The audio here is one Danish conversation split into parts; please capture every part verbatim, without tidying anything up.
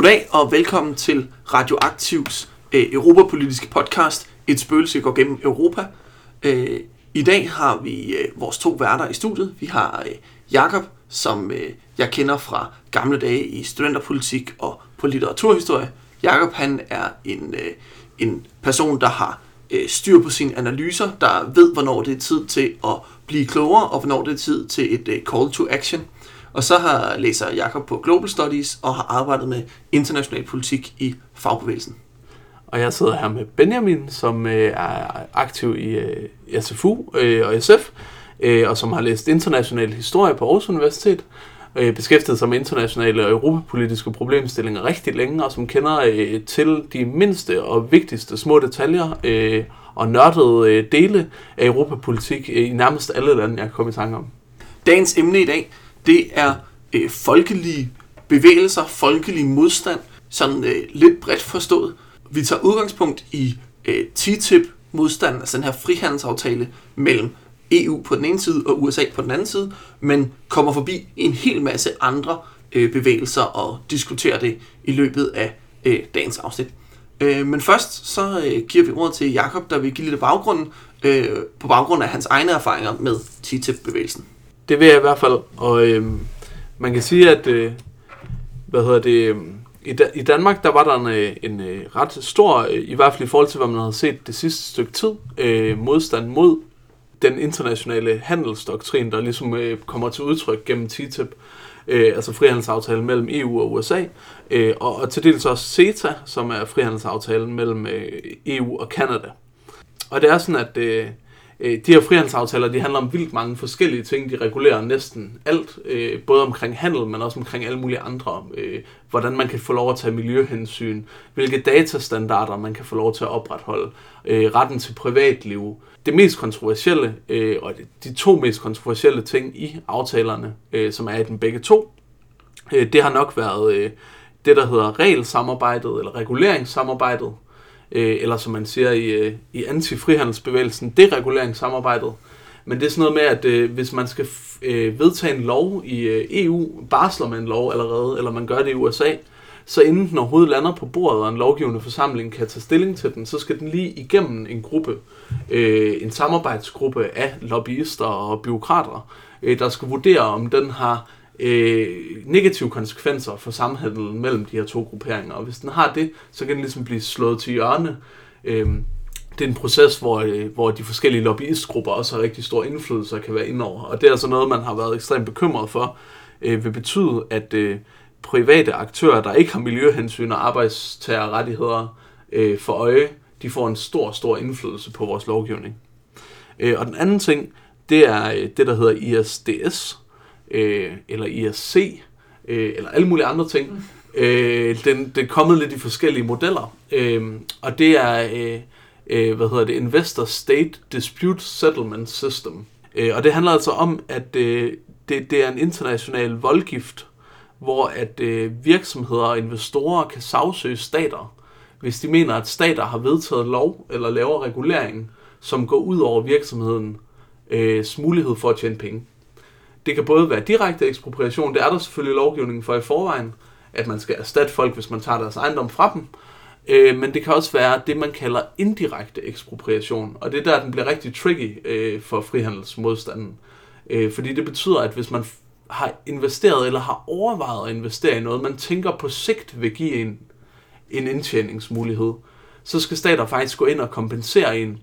Goddag og velkommen til Radioaktivs øh, europapolitiske podcast, Et spøgelse går gennem Europa. Øh, I dag har vi øh, vores to værter i studiet. Vi har øh, Jakob, som øh, jeg kender fra gamle dage i studenterpolitik og på litteraturhistorie. Jakob, han er en, øh, en person, der har øh, styr på sine analyser, der ved, hvornår det er tid til at blive klogere, og hvornår det er tid til et øh, call to action. Og så har læser Jakob på Global Studies og har arbejdet med international politik i fagbevægelsen. Og jeg sidder her med Benjamin, som øh, er aktiv i øh, S F U øh, og S F, øh, og som har læst international historie på Aarhus Universitet, øh, beskæftiget sig med internationale og europapolitiske problemstillinger rigtig længe, og som kender øh, til de mindste og vigtigste små detaljer øh, og nørdede øh, dele af europapolitik øh, i nærmest alle lande, jeg kan komme i tanke om. Dagens emne i dag, det er øh, folkelige bevægelser, folkelig modstand, sådan øh, lidt bredt forstået. Vi tager udgangspunkt i øh, T T I P-modstanden, altså den her frihandelsaftale mellem E U på den ene side og U S A på den anden side, men kommer forbi en hel masse andre øh, bevægelser og diskuterer det i løbet af øh, dagens afsnit. Øh, men først så øh, giver vi ordet til Jakob, der vil give lidt baggrund øh, på baggrund af hans egne erfaringer med T T I P-bevægelsen. Det vil jeg i hvert fald, og øh, man kan sige, at øh, hvad hedder det, øh, i, da, i Danmark, der var der en, en, en ret stor, øh, i hvert fald i forhold til, hvad man havde set det sidste stykke tid, øh, modstand mod den internationale handelsdoktrin, der ligesom øh, kommer til udtryk gennem T T I P, øh, altså frihandelsaftalen mellem E U og U S A, øh, og, og til dels også CETA, som er frihandelsaftalen mellem øh, E U og Canada. Og det er sådan, at øh, de her frihandelsaftaler, de handler om vildt mange forskellige ting. De regulerer næsten alt, øh, både omkring handel, men også omkring alle mulige andre. Øh, hvordan man kan få lov at tage miljøhensyn, hvilke datastandarder man kan få lov til at opretholde, øh, retten til privatliv. Det mest kontroversielle, øh, og de to mest kontroversielle ting i aftalerne, øh, som er i den begge to, øh, det har nok været øh, det, der hedder regelsamarbejdet, eller reguleringssamarbejdet, eller som man siger i, i anti-frihandelsbevægelsen, dereguleringssamarbejdet. Men det er sådan noget med, at øh, hvis man skal øh, vedtage en lov i øh, E U, barsler man en lov allerede, eller man gør det i U S A, så inden den overhovedet lander på bordet, og en lovgivende forsamling kan tage stilling til den, så skal den lige igennem en gruppe, øh, en samarbejdsgruppe af lobbyister og bureaukrater, øh, der skal vurdere, om den har Øh, negative konsekvenser for samhandlen mellem de her to grupperinger, og hvis den har det, så kan den ligesom blive slået til hjørne. Øh, det er en proces, hvor, øh, hvor de forskellige lobbyistgrupper også har rigtig stor indflydelse og kan være inde over, og det er altså noget, man har været ekstremt bekymret for, øh, vil betyde, at øh, private aktører, der ikke har miljøhensyn og arbejdstagerrettigheder øh, for øje, de får en stor, stor indflydelse på vores lovgivning. Øh, og den anden ting, det er øh, det, der hedder I S D S, Øh, eller I S C, øh, eller alle mulige andre ting. Mm. Øh, den, den er kommet lidt i forskellige modeller, øh, og det er, øh, øh, hvad hedder det, Investor State Dispute Settlement System. Øh, og det handler altså om, at øh, det, det er en international voldgift, hvor at øh, virksomheder og investorer kan sagsøge stater, hvis de mener, at stater har vedtaget lov eller laver regulering, som går ud over virksomhedens øh, mulighed for at tjene penge. Det kan både være direkte ekspropriation, det er der selvfølgelig lovgivningen for i forvejen, at man skal erstatte folk, hvis man tager deres ejendom fra dem, øh, men det kan også være det, man kalder indirekte ekspropriation, og det er der, den bliver rigtig tricky øh, for frihandelsmodstanden, øh, fordi det betyder, at hvis man har investeret eller har overvejet at investere i noget, man tænker på sigt vil give en, en indtjeningsmulighed, så skal stater faktisk gå ind og kompensere en,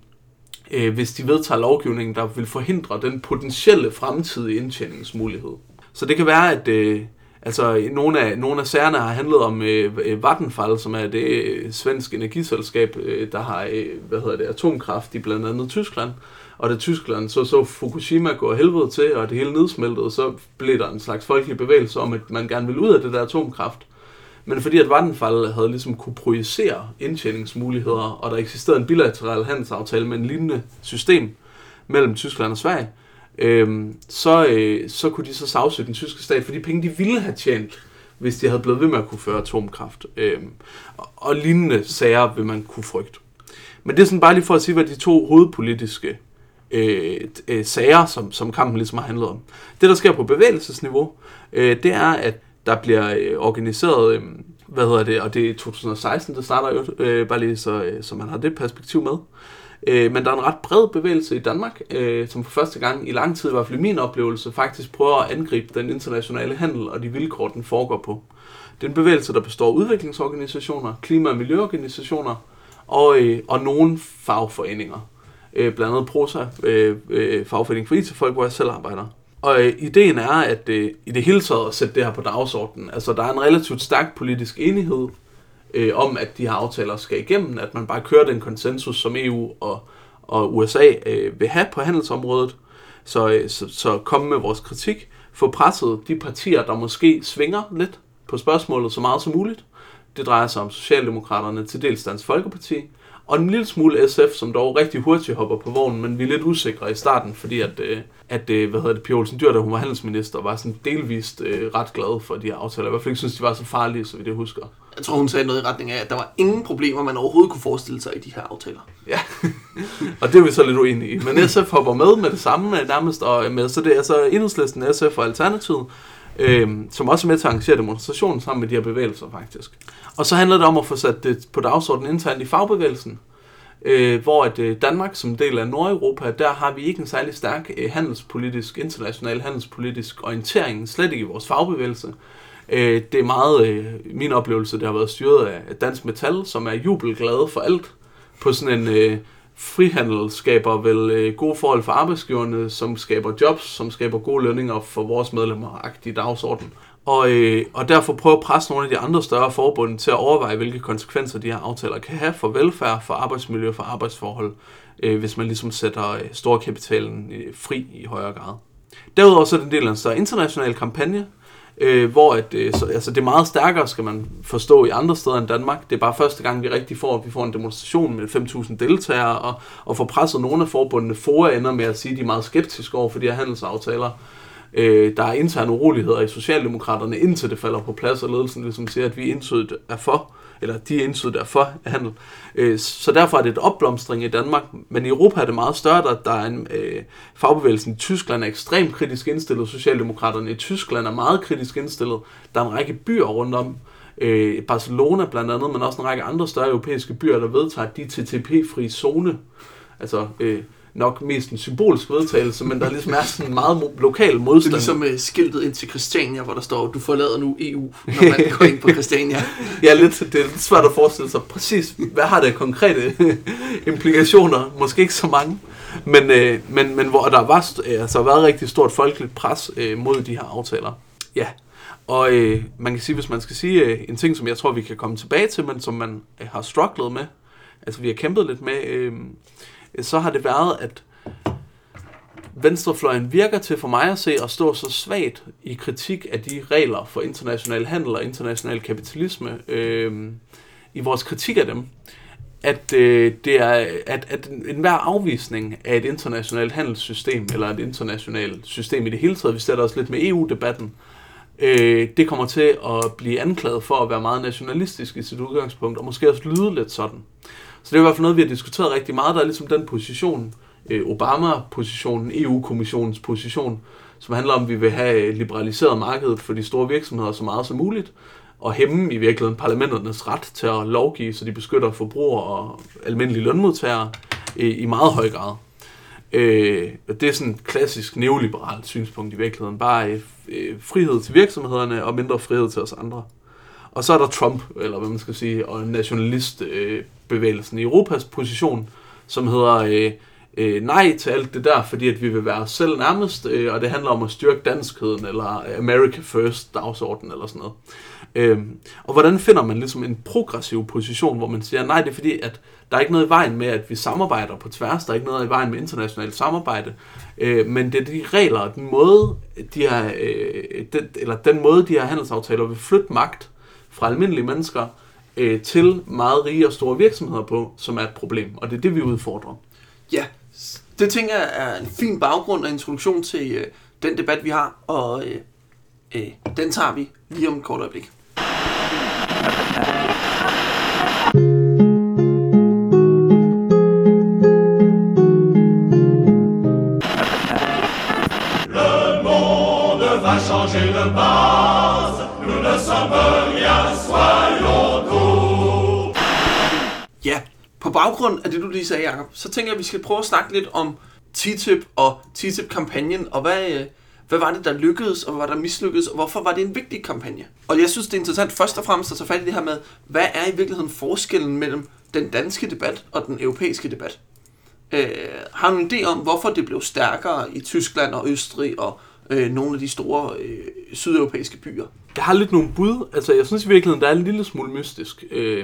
hvis de vedtager lovgivningen, der vil forhindre den potentielle fremtidige indtjeningsmulighed. Så det kan være, at øh, altså, nogle, af, nogle af sagerne har handlet om øh, Vattenfall, som er det øh, svenske energiselskab, øh, der har øh, hvad hedder det, atomkraft i blandt andet Tyskland. Og da Tyskland så så Fukushima gå helvede til, og det hele nedsmeltede, så blev der en slags folkelig bevægelse om, at man gerne ville ud af det der atomkraft. Men fordi at Vattenfall havde ligesom kunne projicere indtjeningsmuligheder, og der eksisterede en bilateral handelsaftale med en lignende system mellem Tyskland og Sverige, øhm, så, øh, så kunne de så sagsøge den tyske stat for de penge, de ville have tjent, hvis de havde blevet ved med at kunne føre atomkraft. Øhm, og, og lignende sager vil man kunne frygte. Men det er sådan bare lige for at sige, hvad de to hovedpolitiske øh, øh, sager, som, som kampen ligesom har handlet om. Det, der sker på bevægelsesniveau, øh, det er, at der bliver øh, organiseret øh, hvad hedder det, og det er to tusind og seksten, det starter jo, øh, bare lige så, øh, så man har det perspektiv med. Øh, men der er en ret bred bevægelse i Danmark, øh, som for første gang i lang tid, i hvert fald i min oplevelse, faktisk prøver at angribe den internationale handel og de vilkår, den foregår på. Det er en bevægelse, der består af udviklingsorganisationer, klima- og miljøorganisationer og, øh, og nogle fagforeninger. Øh, blandt andet Prosa, øh, øh, fagforening for I T-folk, hvor jeg selv arbejder. Og øh, ideen er, at øh, i det hele taget at sætte det her på dagsordenen. Altså, der er en relativt stærk politisk enighed øh, om, at de her aftaler skal igennem, at man bare kører den konsensus, som E U og, og U S A øh, vil have på handelsområdet. Så, øh, så, så komme med vores kritik, få presset de partier, der måske svinger lidt på spørgsmålet så meget som muligt. Det drejer sig om Socialdemokraterne, til dels Dansk Folkeparti, og en lille smule S F, som dog rigtig hurtigt hopper på vognen, men vi er lidt usikre i starten, fordi at, at hvad hedder det, Pia Olsen Dyhr, da hun var handelsminister, var sådan delvist øh, ret glad for de her aftaler. I hvert fald ikke synes, de var så farlige, så vi det husker. Jeg tror, hun sagde noget i retning af, at der var ingen problemer, man overhovedet kunne forestille sig i de her aftaler. Ja, og det er vi så lidt uenige i. Men S F hopper med med det samme nærmest, og med, så det er altså Enhedslisten, S F og Alternativet, øh, som også er med til at arrangere demonstrationen sammen med de her bevægelser faktisk. Og så handler det om at få sat det på dagsordenen internt i fagbevægelsen, øh, hvor at øh, Danmark som del af Nordeuropa, der har vi ikke en særlig stærk øh, handelspolitisk, international handelspolitisk orientering, slet ikke i vores fagbevægelse. Øh, det er meget øh, min oplevelse, det har været styret af Dansk Metal, som er jubelglade for alt på sådan en øh, frihandel, skaber vel øh, gode forhold for arbejdsgiverne, som skaber jobs, som skaber gode lønninger for vores medlemmer-agtige dagsorden. Og, øh, og derfor prøve at presse nogle af de andre større forbund til at overveje, hvilke konsekvenser de her aftaler kan have for velfærd, for arbejdsmiljø, for arbejdsforhold, øh, hvis man ligesom sætter øh, storkapitalen øh, fri i højere grad. Derudover så er det en del af en større international kampagne, øh, hvor at, øh, så, altså det er meget stærkere, skal man forstå, i andre steder end Danmark. Det er bare første gang, vi rigtig får, vi får en demonstration med fem tusind deltagere, og, og får presset nogle af forbundene. F O A ender med at sige, at de er meget skeptiske over for de her handelsaftaler. Øh, der er interne uroligheder i Socialdemokraterne, indtil det falder på plads, og ledelsen ligesom siger, at vi entydigt er for, eller de er entydigt er for handel. Øh, så derfor er det et opblomstring i Danmark, men i Europa er det meget større, der, der er en øh, fagbevægelsen i Tyskland er ekstremt kritisk indstillet, Socialdemokraterne i Tyskland er meget kritisk indstillet, der er en række byer rundt om, øh, Barcelona blandt andet, men også en række andre større europæiske byer, der vedtager, at de T T P-fri zone, altså øh, nok mest en symbolsk vedtagelse, men der ligesom er sådan en meget mo- lokal modstand. Det er ligesom uh, skiltet ind til Christiania, hvor der står, du forlader nu E U, når man går ind på Christiania. Ja, lidt, det er lidt svært at forestille sig præcis, hvad har det konkrete implikationer? Måske ikke så mange, men, øh, men, men hvor der var, altså, har været rigtig stort folkeligt pres øh, mod de her aftaler. Ja, og øh, man kan sige, hvis man skal sige øh, en ting, som jeg tror, vi kan komme tilbage til, men som man øh, har strugglet med, altså vi har kæmpet lidt med, øh, så har det været, at venstrefløjen virker til for mig at se at stå så svagt i kritik af de regler for international handel og international kapitalisme, øh, i vores kritik af dem, at øh, det er at, at enhver afvisning af et internationalt handelssystem, eller et internationalt system i det hele taget, vi sætter os lidt med E U-debatten, øh, det kommer til at blive anklaget for at være meget nationalistisk i sit udgangspunkt, og måske også lyde lidt sådan. Så det er i hvert fald noget, vi har diskuteret rigtig meget. Der er ligesom den position, Obama-positionen, E U-kommissionens position, som handler om, at vi vil have liberaliseret markedet for de store virksomheder så meget som muligt, og hæmme i virkeligheden parlamenternes ret til at lovgive, så de beskytter forbrugere og almindelige lønmodtagere i meget høj grad. Det er sådan et klassisk neoliberalt synspunkt i virkeligheden. Bare frihed til virksomhederne og mindre frihed til os andre. Og så er der Trump, eller hvad man skal sige, og nationalistbevægelsen i Europas position, som hedder øh, øh, nej til alt det der, fordi at vi vil være os selv nærmest, øh, og det handler om at styrke danskheden, eller America First dagsorden, eller sådan noget. Øh, og hvordan finder man ligesom en progressiv position, hvor man siger, nej, det er fordi, at der er ikke noget i vejen med, at vi samarbejder på tværs, der er ikke noget i vejen med internationalt samarbejde, øh, men det er de regler, den måde, de her, øh, den, eller den måde, de her handelsaftaler vil flytte magt fra almindelige mennesker øh, til meget rige og store virksomheder på, som er et problem. Og det er det, vi udfordrer. Ja, det tænker jeg er en fin baggrund og introduktion til øh, den debat, vi har, og øh, øh, den tager vi lige om et kort øjeblik. Le monde va changer de base. Nous ne Ja, på baggrund af det, du lige sagde, Jacob, så tænker jeg, at vi skal prøve at snakke lidt om T T I P og T T I P-kampagnen, og hvad, hvad var det, der lykkedes, og hvad var der mislykkedes, og hvorfor var det en vigtig kampagne? Og jeg synes, det er interessant først og fremmest at tage fat i det her med, hvad er i virkeligheden forskellen mellem den danske debat og den europæiske debat? Øh, har du en idé om, hvorfor det blev stærkere i Tyskland og Østrig og øh, nogle af de store øh, sydeuropæiske byer? Jeg har lidt nogle bud. Altså, jeg synes i virkeligheden, der er en lille smule mystisk. Øh,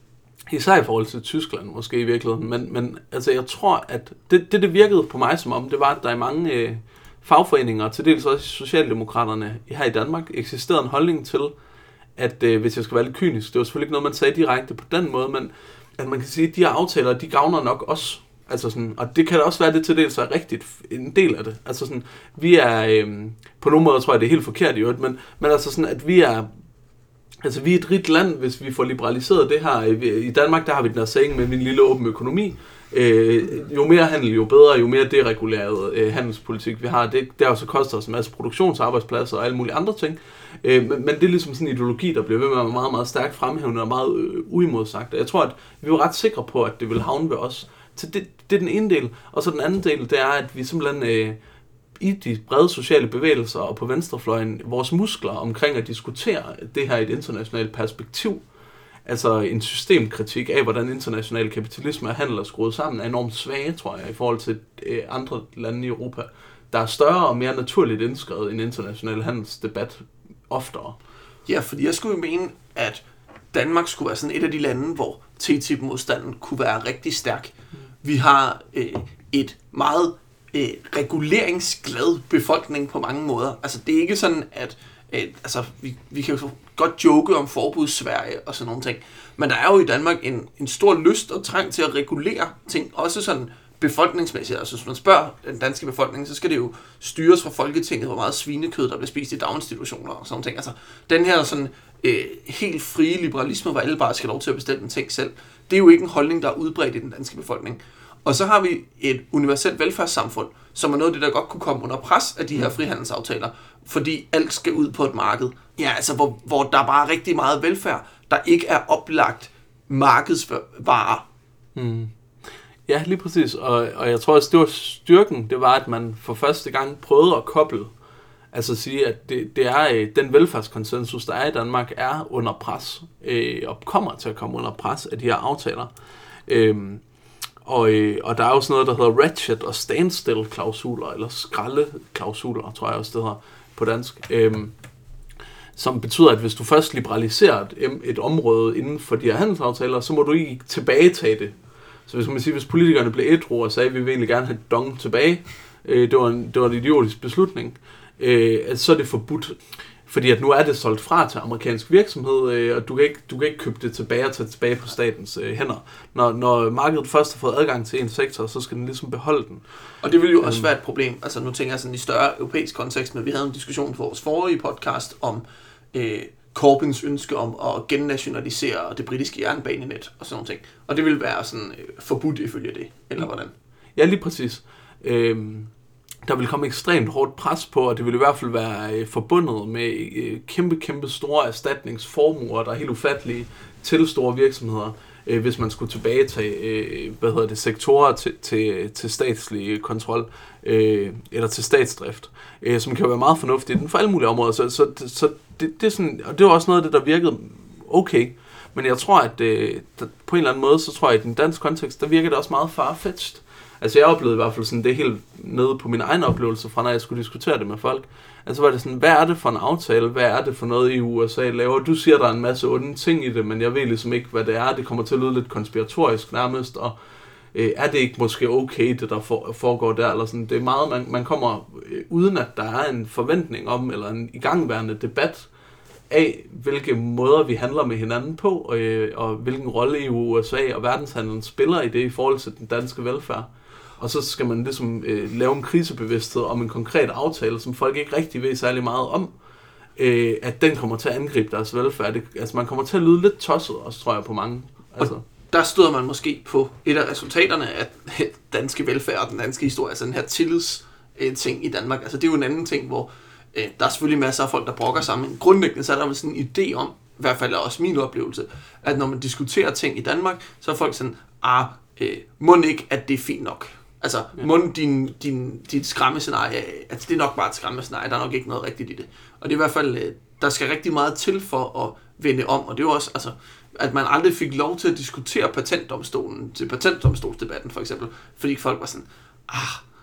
især i forhold til Tyskland, måske i virkeligheden. Men, men altså, jeg tror, at det, det, det virkede på mig som om, det var, at der i mange øh, fagforeninger, til dels også Socialdemokraterne her i Danmark, eksisterede en holdning til, at øh, hvis jeg skal være lidt kynisk, det var selvfølgelig ikke noget, man sagde direkte på den måde, men at man kan sige, at de her aftaler, de gavner nok også. Altså sådan, og det kan da også være, det til dels er rigtigt en del af det. Altså sådan, vi er, øhm, på nogle måder tror jeg, det er helt forkert i øvrigt, men, men altså sådan, at vi er, altså vi er et rigt land, hvis vi får liberaliseret det her. I Danmark, der har vi den her saying med en lille åben økonomi. Øh, jo mere handel, jo bedre, jo mere dereguleret øh, handelspolitik vi har. Det, det har også kostet os en masse produktionsarbejdspladser og alle mulige andre ting. Øh, men, men det er ligesom sådan en ideologi, der bliver ved med at være meget, meget stærkt fremhævende og meget øh, uimodsagt. Jeg tror, at vi var ret sikre på, at det ville havne ved os. Så det, det er den ene del. Og så den anden del, det er, at vi simpelthen øh, i de brede sociale bevægelser og på venstrefløjen, vores muskler omkring at diskutere det her i et internationalt perspektiv, altså en systemkritik af, hvordan international kapitalisme og handel er skruet sammen, er enormt svage, tror jeg, i forhold til øh, andre lande i Europa. Der er større og mere naturligt indskrevet en international handelsdebat oftere. Ja, fordi jeg skulle jo mene, at Danmark skulle være sådan et af de lande, hvor T T I P-modstanden kunne være rigtig stærk. Vi har øh, et meget øh, reguleringsglad befolkning på mange måder. Altså det er ikke sådan, at øh, altså, vi, vi kan jo godt joke om forbudssverige og sådan nogle ting, men der er jo i Danmark en, en stor lyst og trang til at regulere ting, også sådan befolkningsmæssigt. Altså hvis man spørger den danske befolkning, så skal det jo styres fra Folketinget, hvor meget svinekød, der bliver spist i daginstitutioner og sådan ting. Altså den her sådan øh, helt frie liberalisme, hvor alle bare skal lov til at bestemme ting selv, det er jo ikke en holdning, der er udbredt i den danske befolkning. Og så har vi et universelt velfærdssamfund, som er noget af det, der godt kunne komme under pres af de her frihandelsaftaler, fordi alt skal ud på et marked. Ja, altså hvor, hvor der er bare rigtig meget velfærd, der ikke er oplagt markedsvarer. Hmm. Ja, lige præcis. Og, og jeg tror også, det var styrken, det var, at man for første gang prøvede at koble, altså at sige, at det, det er den velfærdskonsensus, der er i Danmark, er under pres, øh, og kommer til at komme under pres af de her aftaler. Øhm, og, øh, og der er også noget, der hedder ratchet og standstill-klausuler, eller skralde-klausuler, tror jeg også det hedder på dansk, øhm, som betyder, at hvis du først liberaliserer et, et område inden for de her handelsaftaler, så må du ikke tilbagetage det. Så hvis man siger, hvis politikerne blev ædru og sagde, at vi vil egentlig gerne have dong tilbage, øh, det, var en, det var en idiotisk beslutning, øh, så er det forbudt. Fordi at nu er det solgt fra til amerikansk virksomhed, øh, og du kan, ikke, du kan ikke købe det tilbage og tage tilbage på statens øh, hænder. Når, når markedet først har fået adgang til en sektor, så skal den ligesom beholde den. Og det vil jo også være et problem. Altså nu tænker jeg sådan i større europæisk kontekst, men vi havde en diskussion på vores forrige podcast om øh, Corbyns ønske om at gennationalisere det britiske jernbanenet og sådan nogle ting. Og det vil være sådan øh, forbudt ifølge det, eller hvordan? Ja, lige præcis. Øhm, der vil komme ekstremt hårdt pres på, og det vil i hvert fald være øh, forbundet med øh, kæmpe, kæmpe store erstatningsformuer, der er helt ufattelige til store virksomheder, øh, hvis man skulle tilbagetage øh, hvad hedder det, sektorer til, til, til statslig kontrol, øh, eller til statsdrift, øh, som kan være meget fornuftigt inden for alle mulige områder. Så, så, så det, det er sådan, og det var også noget af det, der virkede okay. Men jeg tror, at øh, der, på en eller anden måde, så tror jeg, at i den danske kontekst, der virker det også meget farfetched. Altså jeg oplevede i hvert fald sådan, det helt nede på min egen oplevelse fra, når jeg skulle diskutere det med folk. Altså var det sådan, hvad er det for en aftale? Hvad er det for noget, E U og U S A laver? Du siger, der er en masse onde ting i det, men jeg ved ligesom ikke, hvad det er. Det kommer til at lyde lidt konspiratorisk nærmest, og øh, er det ikke måske okay, det der for, foregår der? Eller sådan. Det er meget, man, man kommer øh, uden at der er en forventning om, eller en igangværende debat af, hvilke måder vi handler med hinanden på, øh, og hvilken rolle E U, U S A og verdenshandlen spiller i det i forhold til den danske velfærd. Og så skal man ligesom øh, lave en krisebevidsthed om en konkret aftale, som folk ikke rigtig ved særlig meget om, øh, at den kommer til at angribe deres velfærd. Det, altså man kommer til at lyde lidt tosset også, tror jeg, på mange. Altså. Der støder man måske på et af resultaterne af danske velfærd og den danske historie, altså den her tillidsting i Danmark. Altså det er jo en anden ting, hvor Øh, der er selvfølgelig masser af folk, der brokker sig, men grundlæggende så er der vel sådan en idé om, i hvert fald er også min oplevelse, at når man diskuterer ting i Danmark, så er folk sådan, ah, øh, må ikke, at det er fint nok. Altså, ja. må din, din, dit skræmmescenarie, altså det er nok bare et skræmmescenarie, der er nok ikke noget rigtigt i det. Og det er i hvert fald, øh, der skal rigtig meget til for at vende om, og det er jo også, altså, at man aldrig fik lov til at diskutere patentdomstolen, til patentdomstolsdebatten for eksempel, fordi folk var sådan, ah,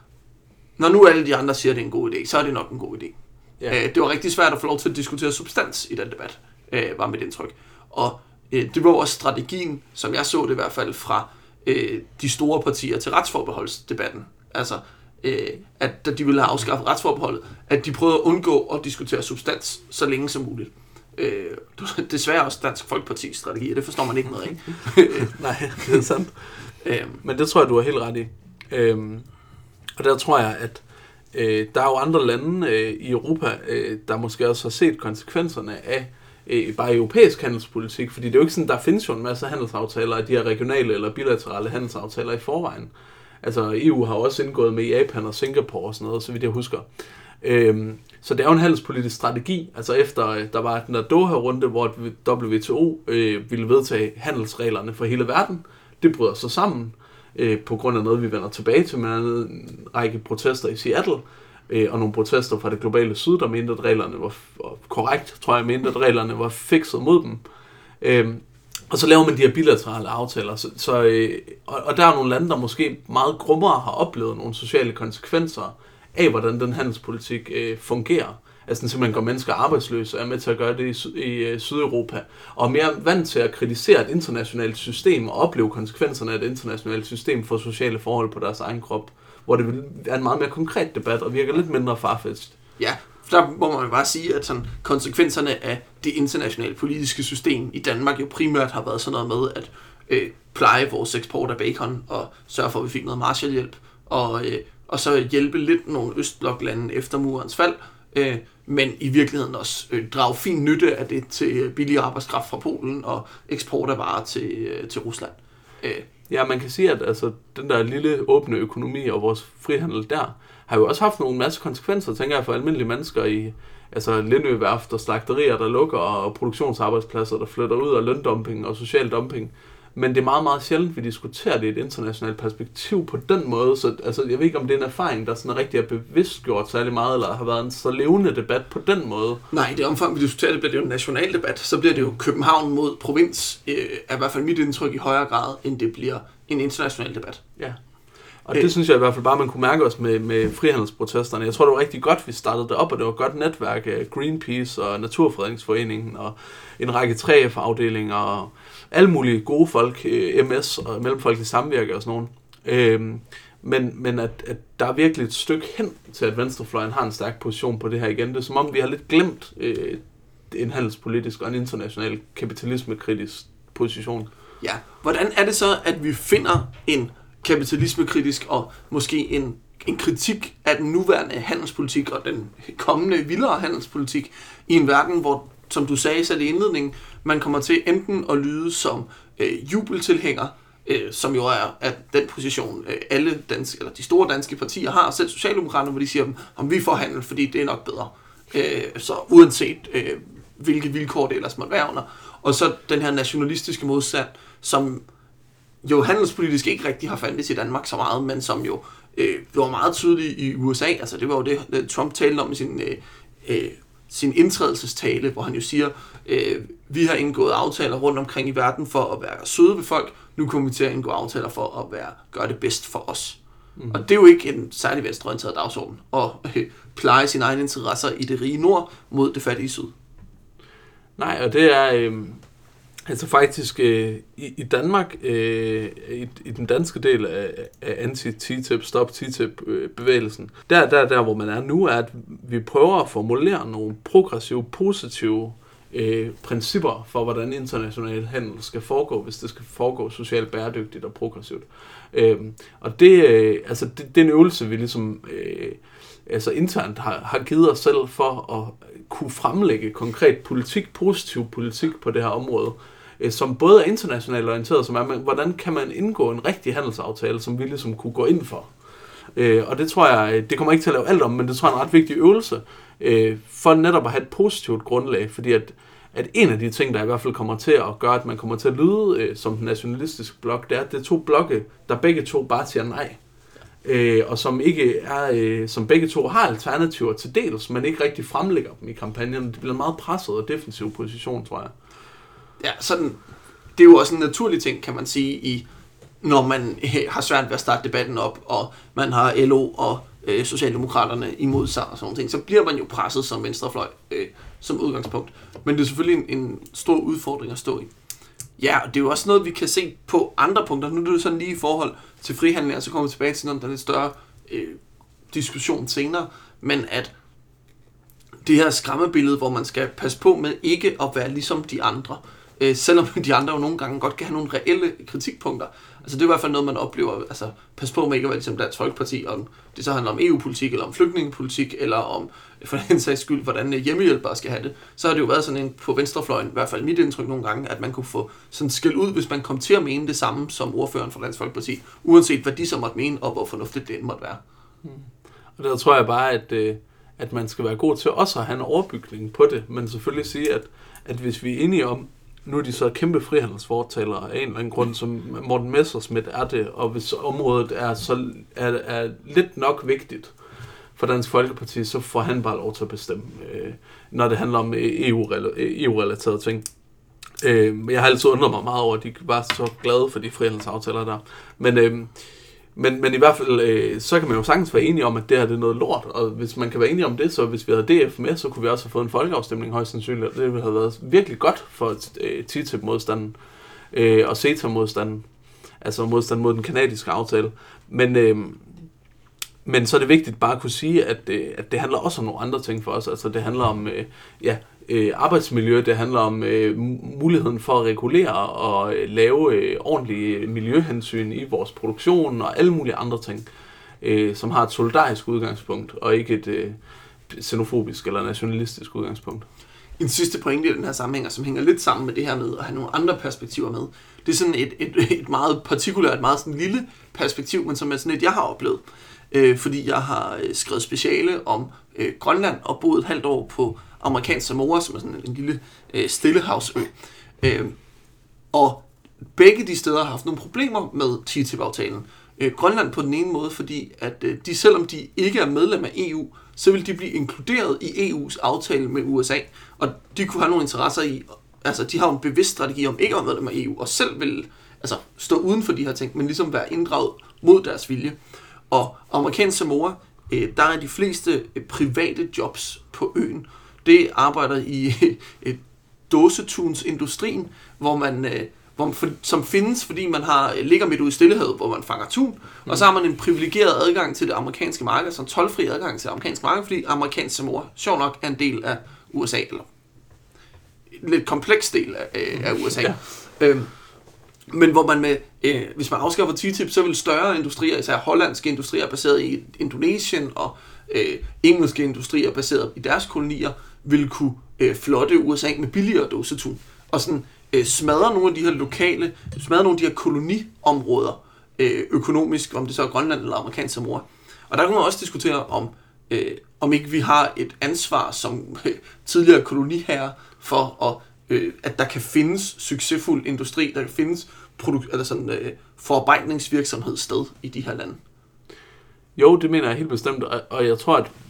når nu alle de andre siger, at det er en god idé, så er det nok en god idé. Ja. Øh, det var rigtig svært at få lov til at diskutere substans i den debat, øh, var mit indtryk. Og øh, det var også strategien, som jeg så det i hvert fald fra øh, de store partier til retsforbeholdsdebatten. Altså, øh, at da de ville have afskaffet retsforbeholdet, at de prøvede at undgå at diskutere substans så længe som muligt. Øh, desværre også Dansk Folkepartis strategi, det forstår man ikke noget af. Nej, det er sandt. Men det tror jeg, du er helt ret i. Øhm, og der tror jeg, at øh, der er jo andre lande øh, i Europa, øh, der måske også har set konsekvenserne af øh, bare europæisk handelspolitik, fordi det er jo ikke sådan, der findes jo en masse handelsaftaler af de her regionale eller bilaterale handelsaftaler i forvejen. Altså E U har også indgået med Japan og Singapore og sådan noget, så vidt jeg husker. Øhm, så det er jo en handelspolitisk strategi, altså efter der var den der Doha-runde, hvor W T O øh, ville vedtage handelsreglerne for hele verden. Det bryder sig sammen øh, på grund af noget, vi vender tilbage til, med en række protester i Seattle, øh, og nogle protester fra det globale syd, der mente, at reglerne var f- korrekt, tror jeg, mente, at reglerne var fikset mod dem. Øh, og så laver man de her bilaterale aftaler, så, så, øh, og, og der er nogle lande, der måske meget grummere har oplevet nogle sociale konsekvenser af, hvordan den handelspolitik øh, fungerer. Altså simpelthen går mennesker arbejdsløse og er med til at gøre det i, Sy- i uh, Sydeuropa, og er mere vant til at kritisere et internationalt system og opleve konsekvenserne af et internationalt system for sociale forhold på deres egen krop, hvor det vil være en meget mere konkret debat og virker lidt mindre farfetched. Ja, der må man jo bare sige, at sådan, konsekvenserne af det internationale politiske system i Danmark jo primært har været sådan noget med at øh, pleje vores eksport af bacon og sørge for, at vi fik noget Marshallhjælp og øh, og så hjælpe lidt nogle østbloklande efter murens fald, øh, men i virkeligheden også øh, drage fin nytte af det til billig arbejdskraft fra Polen og eksport af varer til, øh, til Rusland. Øh. Ja, man kan sige, at altså, den der lille åbne økonomi og vores frihandel der, har jo også haft nogle masse konsekvenser, tænker jeg, for almindelige mennesker i altså Lindø-værft og slagterier, der lukker, og produktionsarbejdspladser, der flytter ud, og løndumping og social dumping. Men det er meget, meget sjældent, vi diskuterer det i et internationalt perspektiv på den måde. Så altså, jeg ved ikke, om det er en erfaring, der sådan rigtig er bevidstgjort særlig meget, eller har været en så levende debat på den måde. Nej, i det omfang, vi diskuterer det, bliver det jo en national debat. Så bliver det jo København mod provins, øh, er i hvert fald mit indtryk i højere grad, end det bliver en international debat. Ja, og det øh. synes jeg i hvert fald bare, man kunne mærke os med, med frihandelsprotesterne. Jeg tror, det var rigtig godt, vi startede det op, og det var et godt netværk af Greenpeace og Naturfredningsforeningen og en række tre F-afdelinger og alle mulige gode folk, M S og Mellemfolkeligt Samvirke og sådan nogle. Øhm, men men at, at der er virkelig et stykke hen til, at venstrefløjen har en stærk position på det her igen. Det er som om, vi har lidt glemt øh, en handelspolitisk og en international kapitalismekritisk position. Ja, hvordan er det så, at vi finder en kapitalismekritisk og måske en, en kritik af den nuværende handelspolitik og den kommende vildere handelspolitik i en verden, hvor, som du sagde selv i indledningen, man kommer til enten at lyde som øh, jubeltilhænger, øh, som jo er, er den position, øh, alle danske, eller de store danske partier har, selv Socialdemokraterne, hvor de siger, om vi får handel, fordi det er nok bedre. Øh, så uanset øh, hvilke vilkår det ellers måtte være under. Og så den her nationalistiske modstand, som jo handelspolitisk ikke rigtig har fandtes i Danmark så meget, men som jo øh, var meget tydelig i U S A. Altså det var jo det, Trump talte om i sin, øh, øh, sin indtrædelsestale, hvor han jo siger, øh, vi har indgået aftaler rundt omkring i verden for at være søde ved folk, nu kommer vi til at indgå aftaler for at være, gøre det bedst for os. Mm. Og det er jo ikke en særlig venstreorienteret dagsorden at øh, pleje sine egne interesser i det rige nord mod det fattige syd. Nej, og det er øh, altså faktisk øh, i, i Danmark, øh, i, i den danske del af, af anti-T T I P, stop T T I P-bevægelsen, der, der, der hvor man er nu, er, at vi prøver at formulere nogle progressive, positive øh, principper for, hvordan international handel skal foregå, hvis det skal foregå socialt bæredygtigt og progressivt. Øh, og det, øh, altså, det, det er en øvelse, vi ligesom øh, altså internt har, har givet os selv for at kunne fremlægge konkret politik, positiv politik på det her område, øh, som både er internationalt orienteret, som er, men hvordan kan man indgå en rigtig handelsaftale, som vi ligesom kunne gå ind for. Øh, og det tror jeg, det kommer ikke til at lave alt om, men det tror jeg er en ret vigtig øvelse, øh, for netop at have et positivt grundlag, fordi at, at en af de ting, der i hvert fald kommer til at gøre, at man kommer til at lyde øh, som den nationalistiske blok, det er, at det er to blokke, der begge to bare siger nej. Øh, og som ikke er, øh, som begge to har alternativer til dels, men ikke rigtig fremlægger dem i kampagnen. Det bliver en meget presset og defensiv position, tror jeg. Ja, sådan, det er jo også en naturlig ting, kan man sige, i, når man har svært ved at starte debatten op, og man har L O og øh, Socialdemokraterne imod sig og sådan nogle ting, så bliver man jo presset som venstrefløj øh, som udgangspunkt. Men det er selvfølgelig en, en stor udfordring at stå i. Ja, og det er jo også noget, vi kan se på andre punkter. Nu er det jo sådan lige i forhold til frihandel, og så kommer vi tilbage til noget, der er lidt større øh, diskussion senere, men at det her skræmmebillede, hvor man skal passe på med ikke at være ligesom de andre, øh, selvom de andre jo nogle gange godt kan have nogle reelle kritikpunkter. Altså det er i hvert fald noget, man oplever, altså pas på med ikke at være ligesom Dansk Folkeparti, om det så handler om E U-politik, eller om flygtningepolitik, eller om, for den sags skyld, hvordan hjemmehjælpere skal have det. Så har det jo været sådan en på venstrefløjen, i hvert fald mit indtryk nogle gange, at man kunne få sådan skæld ud, hvis man kom til at mene det samme som ordføreren for Dansk Folkeparti, uanset hvad de så måtte mene, og hvor fornuftigt det måtte være. Hmm. Og der tror jeg bare, at, at man skal være god til også at have en overbygning på det, men selvfølgelig sige, at, at hvis vi er enige om, nu er de så kæmpe frihandelsfortalere af en eller anden grund, som Morten Messerschmidt er det, og hvis området er, så, er, er lidt nok vigtigt for Dansk Folkeparti, så får han bare lov til at bestemme, øh, når det handler om E U-relaterede ting. Øh, jeg har altid undret mig meget over, at de var så glade for de frihandelsaftaler der. Men, øh, men, men i hvert fald, øh, så kan man jo sagtens være enige om, at det her det er noget lort, og hvis man kan være enige om det, så hvis vi havde D F med, så kunne vi også have fået en folkeafstemning højst sandsynligt, og det ville have været virkelig godt for øh, T T I P-modstanden øh, og CETA-modstanden, altså modstanden mod den kanadiske aftale. Men, øh, men så er det vigtigt bare at kunne sige, at, øh, at det handler også om nogle andre ting for os, altså det handler om øh, ja, øh, arbejdsmiljø, det handler om øh, muligheden for at regulere og øh, lave øh, ordentlige miljøhensyn i vores produktion og alle mulige andre ting, øh, som har et solidarisk udgangspunkt og ikke et øh, xenofobisk eller nationalistisk udgangspunkt. En sidste pointe i den her sammenhæng, som hænger lidt sammen med det her med at have nogle andre perspektiver med, det er sådan et, et, et meget partikulært, et meget sådan lille perspektiv, men som er sådan et, jeg har oplevet. Øh, fordi jeg har skrevet speciale om øh, Grønland og boet et halvt år på amerikansk Samoa, som er sådan en lille øh, stillehavsø. Øh, og begge de steder har haft nogle problemer med T T I P-aftalen. Øh, Grønland på den ene måde, fordi at øh, de, selvom de ikke er medlem af E U, så vil de blive inkluderet i E U's aftale med U S A, og de kunne have nogle interesser i, altså de har en bevidst strategi om ikke at være medlem af E U, og selv vil altså, stå uden for de her ting, men ligesom være inddraget mod deres vilje. Og amerikansk Samoa, øh, der er de fleste øh, private jobs på øen. Det arbejder i øh, dåsetунsindustrien, hvor man, øh, hvor, for, som findes, fordi man har ligger midt ude i Stillehavet, hvor man fanger tun. Mm. Og så har man en privilegeret adgang til det amerikanske marked, som toldfri adgang til det amerikanske marked, fordi amerikansk Samoa, sjov nok, er en del af U S A, eller en lidt kompleks del af, øh, af U S A. Ja. Øhm, Men hvor man med, øh, hvis man afskaffer T T I P, så vil større industrier, især hollandske industrier baseret i Indonesien og øh, engelske industrier baseret i deres kolonier, vil kunne øh, flotte U S A med billigere dåsetun. Og sådan øh, smadre nogle af de her lokale, smadre nogle af de her koloniområder øh, økonomisk, om det så er Grønland eller amerikansk Samoa. Og der kan man også diskutere om, øh, om ikke vi har et ansvar som øh, tidligere koloniherrer for at at der kan findes succesfuld industri, der kan findes produk- eller sådan, øh, forarbejdningsvirksomhed sted i de her lande. Jo, det mener jeg helt bestemt, og, og jeg tror, at,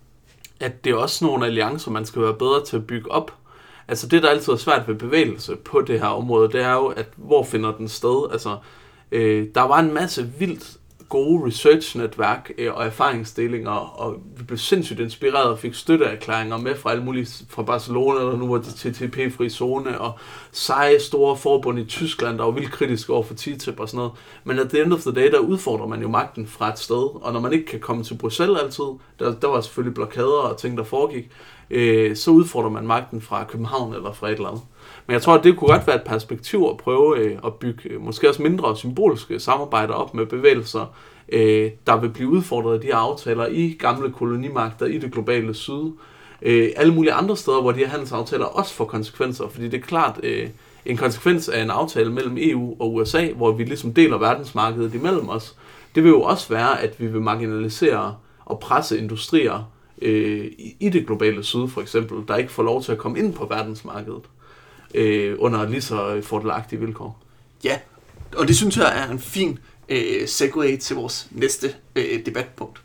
at det er også nogle alliancer, man skal være bedre til at bygge op. Altså det, der altid er svært ved bevægelse på det her område, det er jo, at hvor finder den sted? Altså, øh, der var en masse vildt gode research-netværk øh, og erfaringsdelinger, og vi blev sindssygt inspireret og fik støtteerklæringer med fra alle mulige, fra Barcelona, der nu var det T T I P-fri zone, og seje store forbund i Tyskland, der var vildt kritiske over for T T I P og sådan noget. Men at the end of the day, der udfordrer man jo magten fra et sted, og når man ikke kan komme til Bruxelles altid, der, der var selvfølgelig blokader og ting, der foregik, øh, så udfordrer man magten fra København eller fra et eller andet. Men jeg tror, at det kunne godt være et perspektiv at prøve øh, at bygge øh, måske også mindre symboliske samarbejder op med bevægelser, øh, der vil blive udfordret af de her aftaler i gamle kolonimagter i det globale syd. Øh, alle mulige andre steder, hvor de her handelsaftaler også får konsekvenser, fordi det er klart øh, en konsekvens af en aftale mellem E U og U S A, hvor vi ligesom deler verdensmarkedet imellem os. det vil jo også være, at vi vil marginalisere og presse industrier øh, i, i det globale syd, for eksempel, der ikke får lov til at komme ind på verdensmarkedet øh, under lige så fordelagtige vilkår. Ja, og det synes jeg er en fin øh, segue til vores næste øh, debatpunkt.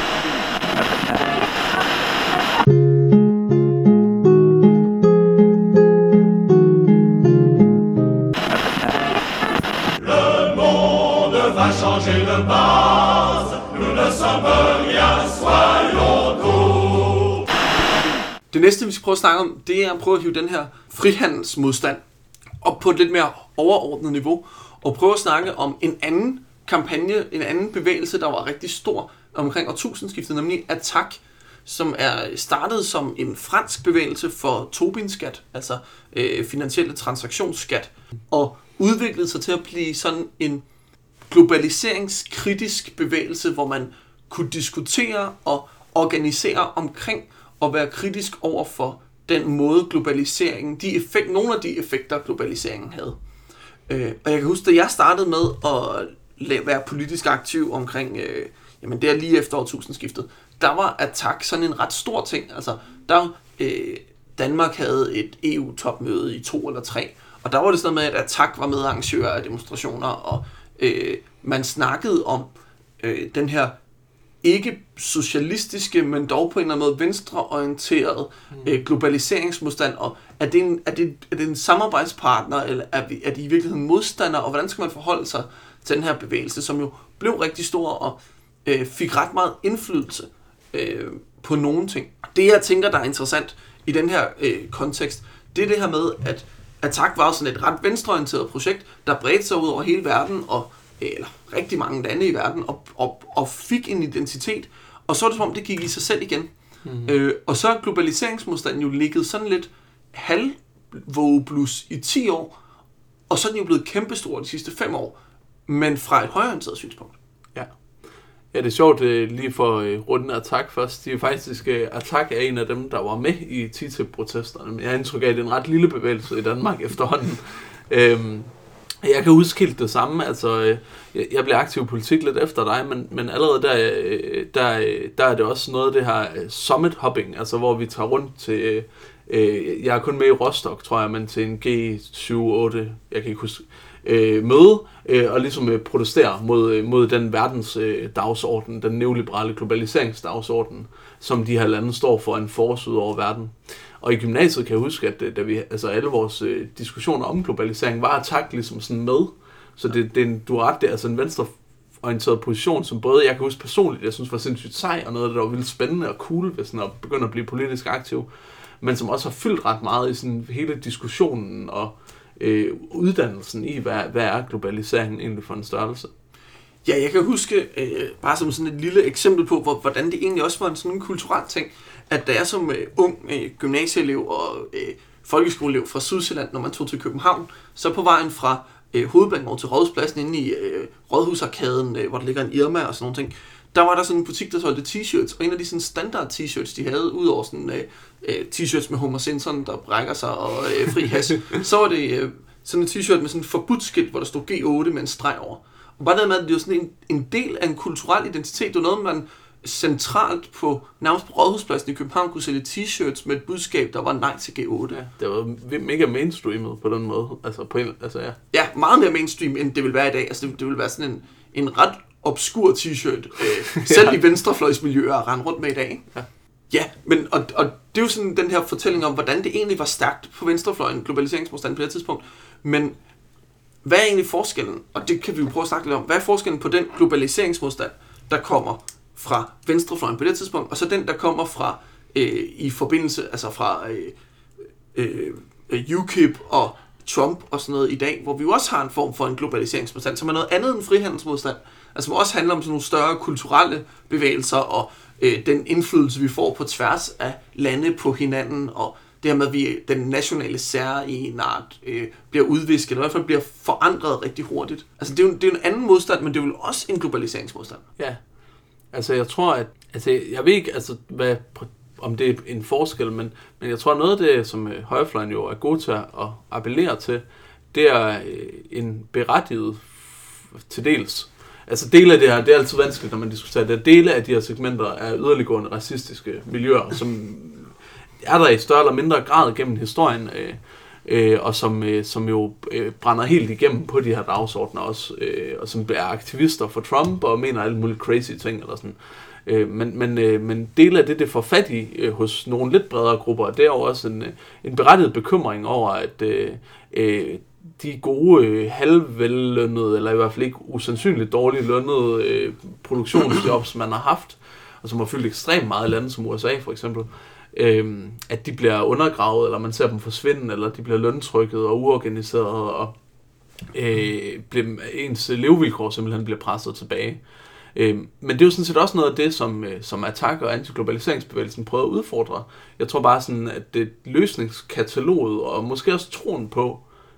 Changer de base, nous ne sommes rien, soyons nous. Det næste, vi skal prøve at snakke om, det er at prøve at hive den her frihandelsmodstand op på et lidt mere overordnet niveau, og prøve at snakke om en anden kampagne, en anden bevægelse, der var rigtig stor omkring årtusindskiftet, nemlig Attac, som er startet som en fransk bevægelse for Tobin-skat, altså øh, finansielle transaktionsskat, og udviklede sig til at blive sådan en globaliseringskritisk bevægelse, hvor man kunne diskutere og organisere omkring og være kritisk over for den måde globaliseringen, de effekt, nogle af de effekter globaliseringen havde. Øh, og jeg kan huske, da jeg startede med at være politisk aktiv omkring, øh, jamen det er lige efter årtusindskiftet, der var Attac sådan en ret stor ting. Altså, der øh, Danmark havde et E U-topmøde i to eller tre, og der var det sådan noget med, at Attac var medarrangør af demonstrationer, og Øh, man snakkede om øh, den her ikke socialistiske, men dog på en eller anden måde venstreorienteret øh, globaliseringsmodstand, og er det, en, er, det, er det en samarbejdspartner, eller er, vi, er de i virkeligheden modstandere, og hvordan skal man forholde sig til den her bevægelse, som jo blev rigtig stor og øh, fik ret meget indflydelse øh, på nogle ting. Det jeg tænker, der er interessant i den her øh, kontekst, det er det her med, at Attac var jo sådan et ret venstreorienteret projekt, der bredte sig ud over hele verden, og, eller rigtig mange lande i verden, og, og, og fik en identitet. Og så er det som om, det gik i sig selv igen. Mm. Øh, og så er globaliseringsmodstanden jo ligget sådan lidt halvvågeblus i ti år, og så er den jo blevet kæmpestor de sidste fem år, men fra et højreorienteret synspunkt. Ja. Ja, det er sjovt lige for runden af Attac først. De er faktisk, Attac er en af dem, der var med i T T I P-protesterne, men jeg har indtryk af, at det er en ret lille bevægelse i Danmark efterhånden. øhm, jeg kan huske helt det samme, altså jeg blev aktiv i politik lidt efter dig, men, men allerede der, der, der er det også noget af det her summit hopping, altså hvor vi tager rundt til, øh, jeg er kun med i Rostock, tror jeg, men til en G syv otte, jeg kan ikke huske, Øh, møde øh, og ligesom øh, protestere mod, øh, mod den verdens øh, dagsorden, den neoliberale globaliseringsdagsorden, som de her lande står for en forsyd over verden. Og i gymnasiet kan jeg huske, at da vi, altså alle vores øh, diskussioner om globalisering var Attac ligesom sådan med. Så det, det, du har ret, det er altså en venstreorienteret position, som både jeg kan huske personligt, jeg synes var sindssygt sej, og noget, der var vildt spændende og cool, hvis man begynder at blive politisk aktiv, men som også har fyldt ret meget i sådan hele diskussionen og Øh, uddannelsen i, hvad, hvad er globaliseringen egentlig for en størrelse? Ja, jeg kan huske, øh, bare som sådan et lille eksempel på, hvor, hvordan det egentlig også var en sådan en kulturel ting, at da jeg som øh, ung øh, gymnasieelev og øh, folkeskoleelev fra Sydsjælland, når man tog til København, så på vejen fra øh, Hovedbanegård til Rådhuspladsen inde i øh, Rådhusarkaden, øh, hvor der ligger en Irma og sådan nogle ting, der var der sådan en butik, der solgte t-shirts, og en af de sådan standard t-shirts, de havde, ud over sådan øh, t-shirts med Homer Simpson, der brækker sig, og øh, fri has, så var det øh, sådan en t-shirt med sådan en forbudt hvor der stod G otte med en streg over. Og bare det med, at det var sådan en, en del af en kulturel identitet, det var noget, man centralt på, nærmest på Rådhuspladsen i København, kunne sælge t-shirts med et budskab, der var nej til G otte. Ja, det var mega mainstreamet på den måde. Altså, på en, altså ja. Ja, meget mere mainstream, end det vil være i dag. Altså, det, det vil være sådan en, en ret obskur t-shirt, øh, selv ja. I venstrefløjsmiljøer at rende rundt med i dag. Ikke? Ja, ja men, og, og det er jo sådan den her fortælling om, hvordan det egentlig var stærkt på venstrefløjen, globaliseringsmodstand på det tidspunkt. Men hvad er egentlig forskellen? Og det kan vi jo prøve at snakke lidt om. Hvad er forskellen på den globaliseringsmodstand, der kommer fra venstrefløjen på det tidspunkt, og så den, der kommer fra øh, i forbindelse, altså fra øh, øh, U K I P og Trump og sådan noget i dag, hvor vi jo også har en form for en globaliseringsmodstand, som er noget andet end frihandelsmodstand, altså som også handler om sådan nogle større kulturelle bevægelser og øh, den indflydelse, vi får på tværs af lande på hinanden, og det her med, at vi, den nationale særegenart øh, bliver udvisket, eller i hvert fald bliver forandret rigtig hurtigt. Altså det er jo det er en anden modstand, men det er jo også en globaliseringsmodstand. Ja, altså jeg tror, at altså, jeg ved ikke, altså, hvad, om det er en forskel, men, men jeg tror, noget af det, som øh, højrefløjen jo er god til at appellere til, det er øh, en berettiget til dels altså dele af det her, det er altid vanskeligt, når man diskuterer det, dele af de her segmenter er yderliggående racistiske miljøer, som er der i større eller mindre grad gennem historien, øh, øh, og som, øh, som jo øh, brænder helt igennem på de her dagsordner også, øh, og som er aktivister for Trump og mener alle mulige crazy ting eller sådan. Øh, men, men, øh, men dele af det, det får fat i øh, hos nogle lidt bredere grupper, og det er jo også en, en berettiget bekymring over, at øh, øh, de gode, øh, halvvellønnede, eller i hvert fald ikke usandsynligt dårligt lønnede øh, produktionsjobs, man har haft, og som har fyldt ekstremt meget i lande som U S A for eksempel, øh, at de bliver undergravet, eller man ser dem forsvinde, eller de bliver løntrykket og uorganiseret, og øh, bliver, ens levevilkår simpelthen bliver presset tilbage. Øh, men det er jo sådan set også noget af det, som, øh, som Attac og antiglobaliseringsbevægelsen prøver at udfordre. Jeg tror bare sådan, at det løsningskataloget, og måske også troen på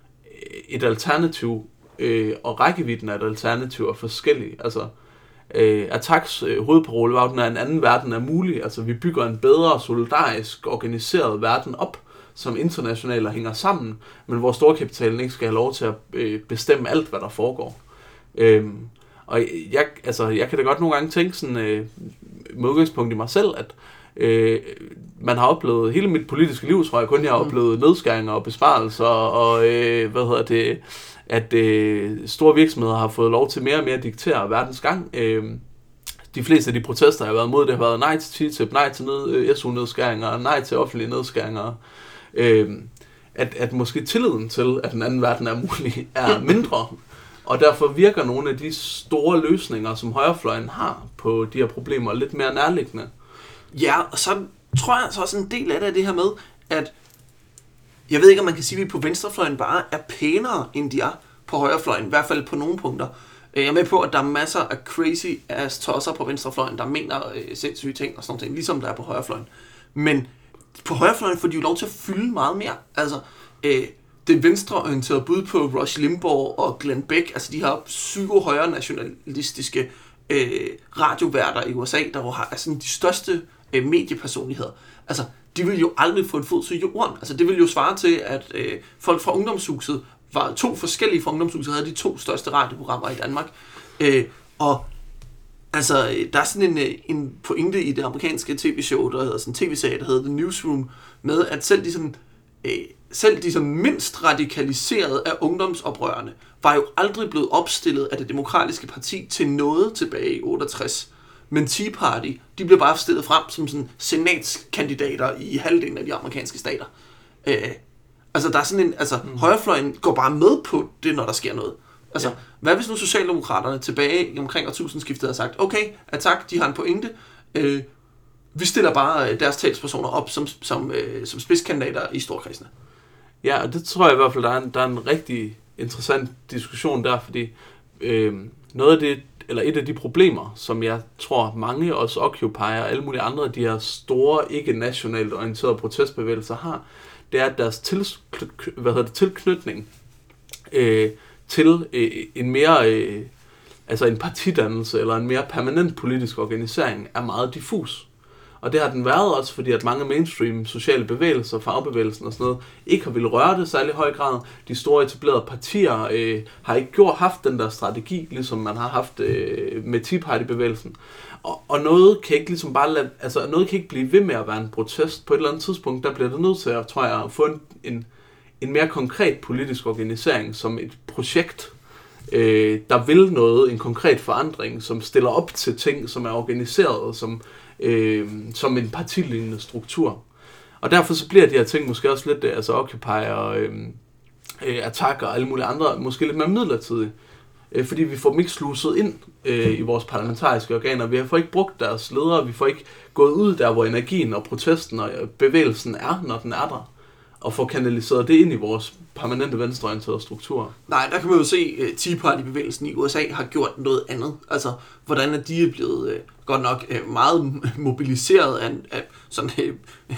et alternativ, øh, og rækkevidden af et alternativ er forskellig. Altså, øh, Attacs øh, hovedparole var, at en anden verden er mulig. Altså, vi bygger en bedre, solidarisk, organiseret verden op, som internationalt hænger sammen, men hvor storkapitalen ikke skal have lov til at øh, bestemme alt, hvad der foregår. Øh, og jeg, altså, jeg kan da godt nogle gange tænke sådan, øh, med udgangspunkt i mig selv, at øh, man har oplevet, hele mit politiske liv, tror jeg kun, jeg har oplevet nedskæringer og besparelser, og øh, hvad hedder det, at øh, store virksomheder har fået lov til mere og mere at diktere verdens gang. Øh, de fleste af de protester, jeg har været imod, det har været nej til T T I P, nej til ned, S U-nedskæringer, nej til offentlige nedskæringer. Øh, at, at måske tilliden til, at den anden verden er mulig, er mindre. Og derfor virker nogle af de store løsninger, som højrefløjen har på de her problemer, lidt mere nærliggende. Ja, og så tror jeg altså også en del af det, det her med, at jeg ved ikke, om man kan sige, at vi på venstrefløjen bare er pænere, end de er på højrefløjen, i hvert fald på nogle punkter. Jeg er med på, at der er masser af crazy ass tosser på venstrefløjen, der mener øh, sindssyge ting og sådan noget, ligesom der er på højrefløjen. Men på højrefløjen får de jo lov til at fylde meget mere. Altså, øh, det venstreorienterede bud på Rush Limbaugh og Glenn Beck, altså de her psyko-højre nationalistiske øh, radioværter i U S A, der jo har altså, de største øh, mediepersonligheder. Altså, de vil jo aldrig få en fod til jorden. Altså, det vil jo svare til, at øh, folk fra Ungdomshuset var to forskellige fra Ungdomshuset, havde de to største radioprogrammer i Danmark. Øh, og altså, der er sådan en, en pointe i det amerikanske tv-show, der hedder sådan en tv-serie, der hedder The Newsroom, med at selv de sådan, øh, selv de sådan mindst radikaliserede af ungdomsoprørerne, var jo aldrig blevet opstillet af det demokratiske parti til noget tilbage i otteogtres. Men Tea Party, de blev bare stillet frem som sådan senatskandidater i halvdelen af de amerikanske stater. Øh, altså, der er sådan en, altså, mm. højrefløjen går bare med på det, når der sker noget. Altså, ja. Hvad hvis nu Socialdemokraterne tilbage omkring årtusindskiftet havde sagt, okay, Attac, de har en pointe, øh, vi stiller bare deres talspersoner op som, som, øh, som spidskandidater i storkredsene. Ja, og det tror jeg i hvert fald, der er en, der er en rigtig interessant diskussion der, fordi øh, noget af det, eller et af de problemer, som jeg tror mange, også Occupy og alle mulige andre af de her store, ikke nationalt orienterede protestbevægelser har, det er, at deres til, hvad hedder det, tilknytning øh, til øh, en mere, øh, altså en partidannelse eller en mere permanent politisk organisering er meget diffus. Og det har den været også, fordi at mange mainstream sociale bevægelser, fagbevægelsen og sådan noget, ikke har ville røre det særlig høj grad. De store etablerede partier øh, har ikke gjort, haft den der strategi, ligesom man har haft øh, med Tea Party-bevægelsen. Og, og noget kan ikke ligesom bare lade, altså noget kan ikke blive ved med at være en protest. På et eller andet tidspunkt, der bliver det nødt til at, tror jeg, at få en, en, en mere konkret politisk organisering som et projekt, øh, der vil noget, en konkret forandring, som stiller op til ting, som er organiseret, som Øh, som en partilignende struktur. Og derfor så bliver de her ting måske også lidt, altså Occupy og øh, Attac og alle mulige andre, måske lidt mere midlertidige. Øh, fordi vi får dem ikke sluset ind øh, i vores parlamentariske organer. Vi får ikke brugt deres ledere, vi får ikke gået ud der, hvor energien og protesten og bevægelsen er, når den er der. Og få kanaliseret det ind i vores permanente venstreorienterede strukturer. Nej, der kan man jo se, at Tea Party-bevægelsen i U S A har gjort noget andet. Altså, hvordan er de blevet øh, godt nok øh, meget mobiliseret af, af sådan, øh,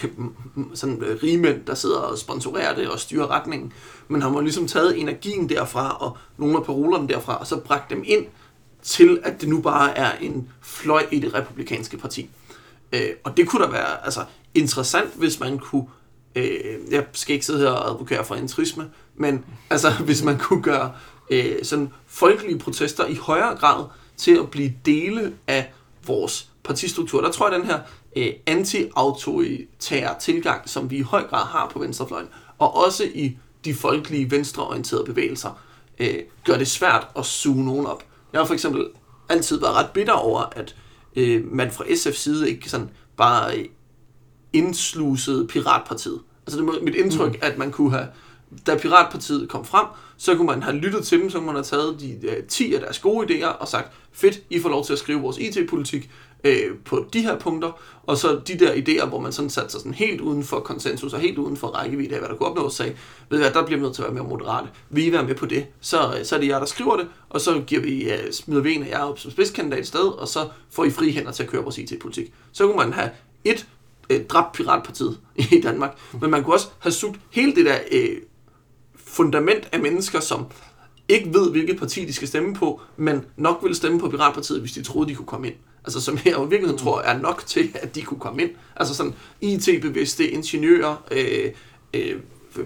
sådan øh, rigmænd, der sidder og sponsorerer det og styrer retningen. Men har man ligesom taget energien derfra og nogle af parolerne derfra, og så bragt dem ind til, at det nu bare er en fløj i det republikanske parti. Øh, og det kunne da være altså, interessant, hvis man kunne jeg skal ikke sidde her og advokere for entrisme, men altså, hvis man kunne gøre øh, sådan folkelige protester i højere grad til at blive dele af vores partistruktur. Der tror jeg, at den her øh, anti-autoritære tilgang, som vi i høj grad har på venstrefløjen, og også i de folkelige venstreorienterede bevægelser, øh, gør det svært at suge nogen op. Jeg har for eksempel altid været ret bitter over, at øh, man fra S F's side ikke sådan bare øh, indslusede Piratpartiet. Altså det er mit indtryk, mm. at man kunne have, da Piratpartiet kom frem, så kunne man have lyttet til dem, så kunne man have taget de øh, ti af deres gode idéer og sagt, fedt, I får lov til at skrive vores I T-politik øh, på de her punkter, og så de der idéer, hvor man sådan satte sig sådan helt uden for konsensus og helt uden for rækkevidde af, hvad der kunne opnås, sagde, ved I hvad, der bliver vi nødt til at være mere moderate. Vil I være med på det? Så, så er det jer, der skriver det, og så giver vi, uh, smider vi en af jer op som spidskandidat et sted, og så får I fri hænder til at køre vores I T-politik. Så kunne man have et øh, dræbt Piratpartiet i Danmark, men man kunne også have sugt hele det der øh, fundament af mennesker, som ikke ved, hvilket parti de skal stemme på, men nok vil stemme på Piratpartiet, hvis de troede, de kunne komme ind. Altså som jeg jo i virkeligheden tror er nok til, at de kunne komme ind. Altså sådan I T-bevidste ingeniører, øh, øh,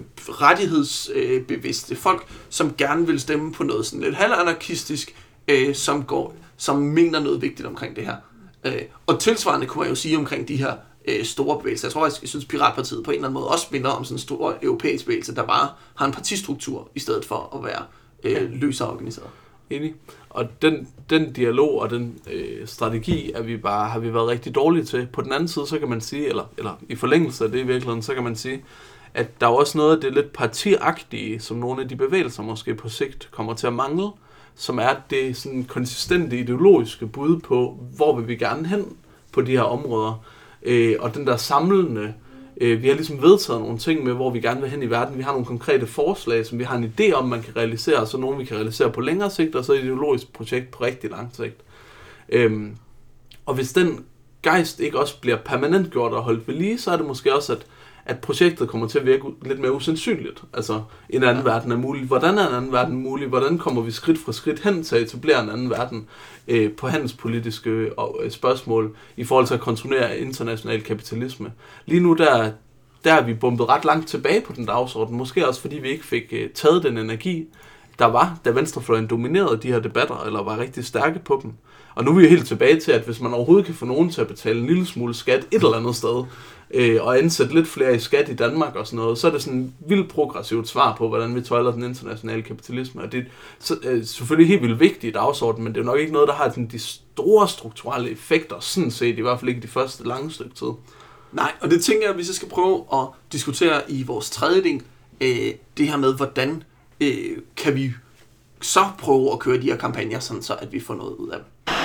rettighedsbevidste folk, som gerne vil stemme på noget sådan lidt halvanarkistisk, øh, som, går, som mener noget vigtigt omkring det her. Øh, og tilsvarende kunne man jo sige omkring de her øh, store bevægelser. Jeg tror, jeg synes, Piratpartiet på en eller anden måde også minder om sådan en stor europæisk bevægelse, der bare har en partistruktur, i stedet for at være øh, løs og organiseret. Enig. Og den, den dialog og den øh, strategi er vi bare, har vi været rigtig dårlige til. På den anden side, så kan man sige, eller, eller i forlængelse af det i virkeligheden, så kan man sige, at der er også noget af det lidt partiagtige, som nogle af de bevægelser måske på sigt kommer til at mangle, som er det sådan konsistente ideologiske bud på, hvor vil vi gerne hen på de her områder. Øh, og den der samlende, øh, vi har ligesom vedtaget nogle ting med, hvor vi gerne vil hen i verden. Vi har nogle konkrete forslag, som vi har en idé om, man kan realisere, og så nogle vi kan realisere på længere sigt, og så et ideologisk projekt på rigtig lang sigt. Øh, og hvis den gejst ikke også bliver permanent gjort og holdt ved lige, så er det måske også, at at projektet kommer til at virke lidt mere usandsynligt. Altså, en anden ja. verden er mulig. Hvordan er en anden verden mulig? Hvordan kommer vi skridt for skridt hen til at etablere en anden verden øh, på handelspolitiske øh, spørgsmål i forhold til at kontrollere international kapitalisme? Lige nu, der, der er vi bumpet ret langt tilbage på den dagsorden. Måske også, fordi vi ikke fik øh, taget den energi, der var, da venstrefløjen dominerede de her debatter, eller var rigtig stærke på dem. Og nu er vi helt tilbage til, at hvis man overhovedet kan få nogen til at betale en lille smule skat et eller andet sted, øh, og ansætte lidt flere i skat i Danmark og sådan noget, så er det sådan et vildt progressivt svar på, hvordan vi tøjler den internationale kapitalisme. Og det er øh, selvfølgelig helt vildt vigtigt i dagsordenen, men det er nok ikke noget, der har sådan, de store strukturelle effekter, sådan set, i hvert fald ikke de første lange stykke tid. Nej, og det tænker jeg, at vi så skal prøve at diskutere i vores tredje del, øh, det her med, hvordan øh, kan vi så prøve at køre de her kampagner, sådan så at vi får noget ud af dem.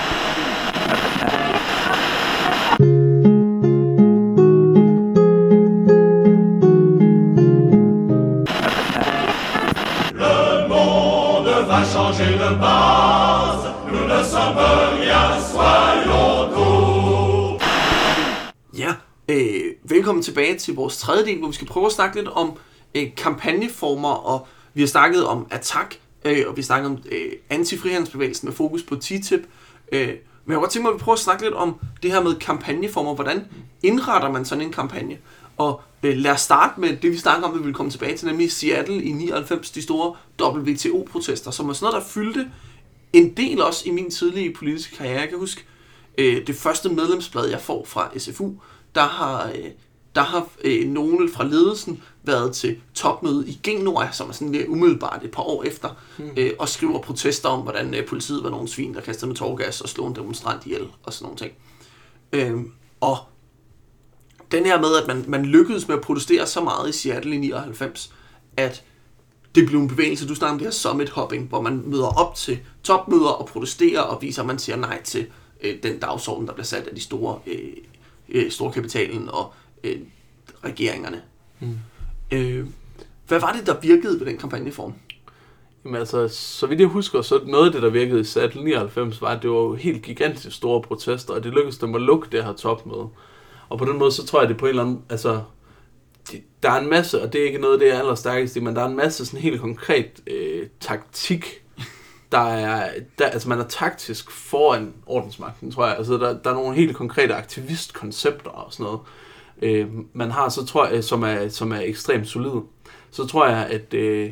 Le monde va changer de base, nous ne sommes rien, soyons tous. Ja, øh, velkommen tilbage til vores tredje del, hvor vi skal prøve at snakke lidt om øh, kampagneformer, og vi har snakket om attack, øh, og vi har snakket om øh, anti-frihandelsbevægelsen med fokus på T T I P. Øh, men jeg kunne godt tænke mig, at vi prøver at snakke lidt om det her med kampagneformer. Hvordan indretter man sådan en kampagne? Og øh, lad os starte med det, vi snakker om, det vi vil komme tilbage til, nemlig Seattle i nioghalvfems, de store W T O-protester, som er sådan noget, der fyldte en del også i min tidlige politiske karriere. Jeg kan huske øh, det første medlemsblad, jeg får fra S F U, der har, øh, der har øh, nogle fra ledelsen været til topmøde i Genua, som er sådan lidt umiddelbart et par år efter, hmm. øh, og skriver protester om, hvordan øh, politiet var nogle svin, der kastede med tårgas og slog en demonstrant ihjel og sådan nogle ting. Øh, og den her med, at man, man lykkedes med at protestere så meget i Seattle i nioghalvfems, at det blev en bevægelse, du snakker om det her summit hopping, hvor man møder op til topmøder og protesterer og viser, at man siger nej til øh, den dagsorden, der bliver sat af de store, øh, øh, store kapitalen og øh, regeringerne. Mm. Øh, hvad var det, der virkede ved den kampagneform? Jamen altså, så vidt jeg husker, så noget af det, der virkede i Seattle nioghalvfems, var, at det var jo helt gigantisk store protester, og det lykkedes dem at lukke det her topmøde. Og på den måde, så tror jeg, det på en eller anden, altså, de, der er en masse, og det er ikke noget, det er allerstærkest i, men der er en masse sådan helt konkret øh, taktik, der er, der, altså man er taktisk foran ordensmagten, tror jeg. Altså der, der er nogle helt konkrete aktivistkoncepter og sådan noget, øh, man har, så tror jeg, som er, som er ekstremt solide. Så tror jeg, at, øh,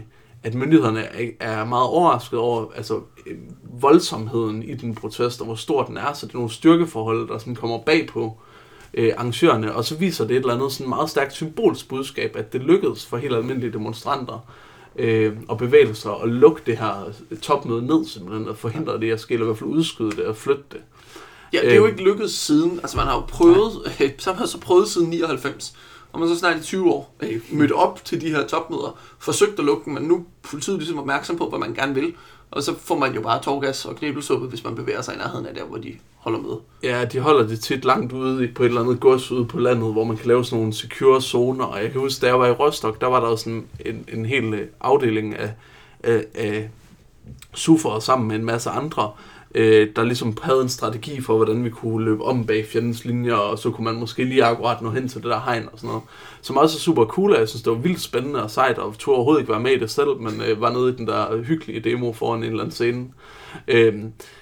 at myndighederne er, er meget overrasket over altså, voldsomheden i den protest, og hvor stor den er, så det er nogle styrkeforhold, der sådan kommer bag på øh, arrangørerne, og så viser det et eller andet sådan meget stærkt symbolsk budskab, at det lykkedes for helt almindelige demonstranter øh, og bevægelser at lukke det her topmøde ned, simpelthen, og forhindre det at ske, eller i hvert fald udskyde det og flytte det. Ja, det er jo ikke lykkedes siden, altså man har jo prøvet, øh, så har man så prøvet siden nioghalvfems, og man så snart i tyve år øh, mødt op til de her topmøder, forsøgt at lukke dem, men nu politiet ligesom opmærksom på, hvad man gerne vil, og så får man jo bare tårgas og knæbelsuppe, hvis man bevæger sig i nærheden af der, hvor de holder med. Ja, de holder det tit langt ude på et eller andet gods ude på landet, hvor man kan lave sådan nogle secure zoner, og jeg kan huske, da jeg var i Rostock, der var der sådan en, en hel afdeling af, af, af sufere sammen med en masse andre, der ligesom havde en strategi for, hvordan vi kunne løbe om bag fjendens linjer, og så kunne man måske lige akkurat nå hen til det der hegn og sådan noget. Som også er super cool, og jeg synes, det var vildt spændende og sejt, og tog overhovedet ikke være med i det selv, men øh, var nede i den der hyggelige demo foran en eller anden scene. Øh,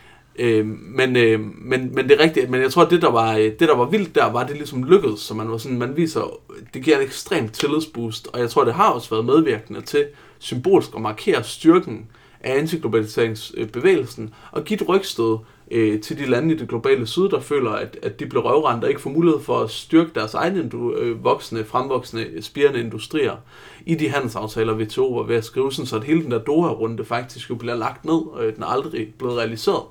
øh, men, øh, men, men det er rigtigt, men jeg tror, at det der var, det, der var vildt der, var det ligesom lykkedes, så man var sådan, man viser, det giver en ekstremt tillidsboost, og jeg tror, det har også været medvirkende til symbolsk at markere styrken af antiglobaliseringsbevægelsen, og give et rygstød øh, til de lande i det globale syd, der føler, at, at de bliver røvrendt og ikke får mulighed for at styrke deres egne øh, voksne, fremvoksende, spirende industrier i de handelsaftaler, W T O var ved at skrive, sådan, så at hele den der Doha-runde faktisk jo bliver lagt ned, og den er aldrig blevet realiseret.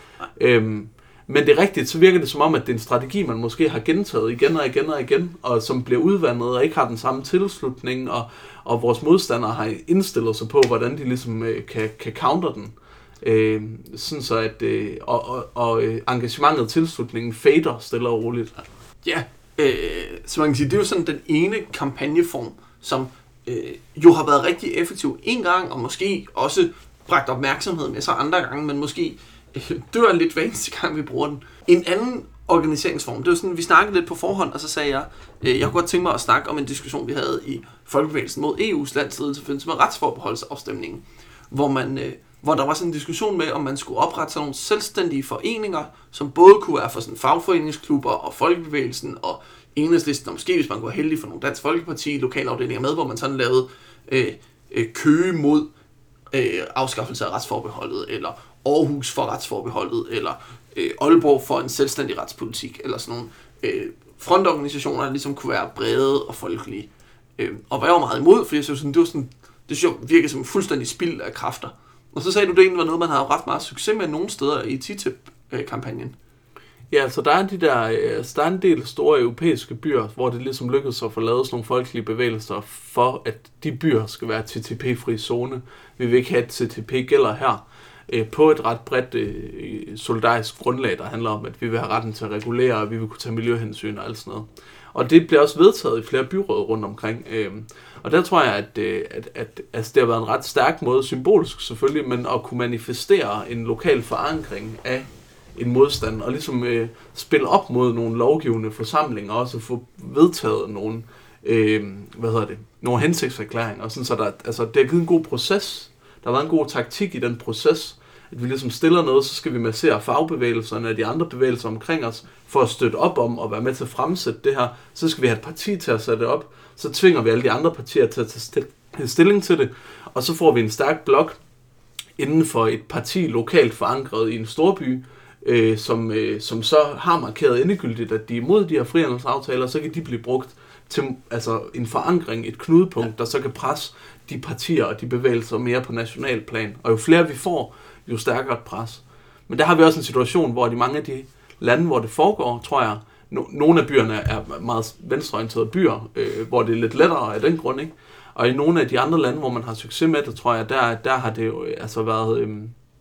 Øhm, men det er rigtigt, så virker det som om, at det er en strategi, man måske har gentaget igen og igen og igen, og som bliver udvandet og ikke har den samme tilslutning, og, og vores modstandere har indstillet sig på, hvordan de ligesom øh, kan, kan counter den. Øh, sådan så at øh, og, og, og engagementet og tilslutningen fader stille og roligt. Ja, øh, så man kan sige, det er jo sådan den ene kampagneform, som øh, jo har været rigtig effektiv en gang, og måske også bragt opmærksomhed med sig andre gange, men måske dør lidt hver eneste gang, vi bruger den. En anden organiseringsform, det var sådan, vi snakkede lidt på forhånd, og så sagde jeg, øh, jeg kunne godt tænke mig at snakke om en diskussion, vi havde i Folkebevægelsen mod E U's landsledelse i forbindelse med retsforbeholdsafstemningen, hvor, man, øh, hvor der var sådan en diskussion med, om man skulle oprette sådan nogle selvstændige foreninger, som både kunne være for sådan fagforeningsklubber og Folkebevægelsen og Enhedslisten, og måske hvis man kunne være heldig for nogle Dansk Folkeparti lokalafdelinger med, hvor man sådan lavede øh, øh, køge mod øh, afskaffelse af retsforbeholdet, eller Aarhus for retsforbeholdet, eller øh, Aalborg for en selvstændig retspolitik, eller sådan nogle øh, frontorganisationer, der ligesom kunne være brede og folkelige. Øh, og var jeg jo meget imod, for jeg synes, sådan, det var sådan, det synes jeg virkede som en fuldstændig spild af kræfter. Og så sagde du, det egentlig var noget, man havde ret meget succes med nogle steder i T T I P-kampagnen. Ja, altså der er, de der, altså, der er en del store europæiske byer, hvor det ligesom lykkedes at få lavet sådan nogle folkelige bevægelser for, at de byer skal være T T P-fri zone. Vi vil ikke have, at T T P gælder her. På et ret bredt øh, solidarisk grundlag, der handler om, at vi vil have retten til at regulere, og vi vil kunne tage miljøhensyn og alt sådan noget. Og det bliver også vedtaget i flere byråd rundt omkring. Øh, og der tror jeg, at, at, at altså, det har været en ret stærk måde, symbolisk selvfølgelig, men at kunne manifestere en lokal forankring af en modstand, og ligesom øh, spille op mod nogle lovgivende forsamlinger, og også få vedtaget nogle, øh, hvad hedder det, nogle hensigtserklæringer, og sådan, så der, altså, det har givet en god proces. Der har været en god taktik i den proces, at vi ligesom stiller noget, så skal vi massere fagbevægelserne og de andre bevægelser omkring os, for at støtte op om og være med til at fremsætte det her. Så skal vi have et parti til at sætte det op, så tvinger vi alle de andre partier til at tage stilling til det, og så får vi en stærk blok inden for et parti lokalt forankret i en storby, øh, som, øh, som så har markeret endegyldigt, at de er imod de her frihandelsaftaler, så kan de blive brugt til altså en forankring, et knudepunkt, ja, der så kan presse de partier og de bevægelser mere på national plan. Og jo flere vi får, jo stærkere et pres. Men der har vi også en situation, hvor de mange af de lande, hvor det foregår, tror jeg, no- nogle af byerne er meget venstreorienterede byer, øh, hvor det er lidt lettere af den grund, ikke? Og i nogle af de andre lande, hvor man har succes med det, tror jeg, der, der har det jo altså været, øh,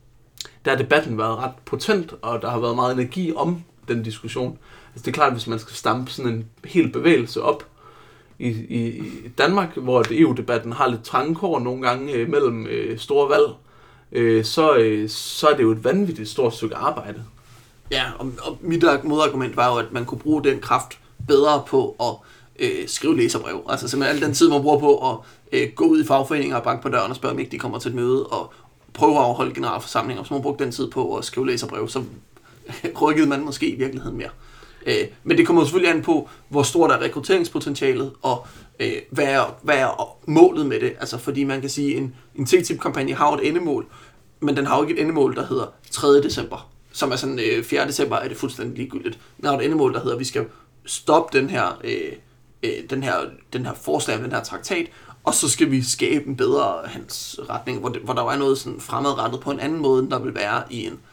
der har debatten været ret potent, og der har været meget energi om den diskussion. Altså det er klart, hvis man skal stampe sådan en hel bevægelse op, I, i, i Danmark, hvor E U-debatten har lidt trange kår nogle gange øh, mellem øh, store valg, øh, så, øh, så er det jo et vanvittigt stort stykke arbejde. Ja, og, og mit modargument var jo, at man kunne bruge den kraft bedre på at øh, skrive læserbrev. Altså simpelthen al den tid, man bruger på at øh, gå ud i fagforeninger og banke på døren og spørge, om ikke de kommer til et møde og prøve at afholde generalforsamlinger. Så man brugte den tid på at skrive læserbrev, så rykkede man måske i virkeligheden mere. Øh, men det kommer selvfølgelig an på, hvor stort er rekrutteringspotentialet, og øh, hvad, er, hvad er målet med det. Altså, fordi man kan sige, en, en T T I P-kampagne har et endemål, men den har jo ikke et endemål, der hedder tredje december, som er sådan øh, fjerde december, er det fuldstændig ligegyldigt. Den har et endemål, der hedder, at vi skal stoppe den her, øh, øh, den her, den her forslag, den her traktat, og så skal vi skabe en bedre handelsretning, hvor, det, hvor der er noget sådan fremadrettet på en anden måde, end der vil være i en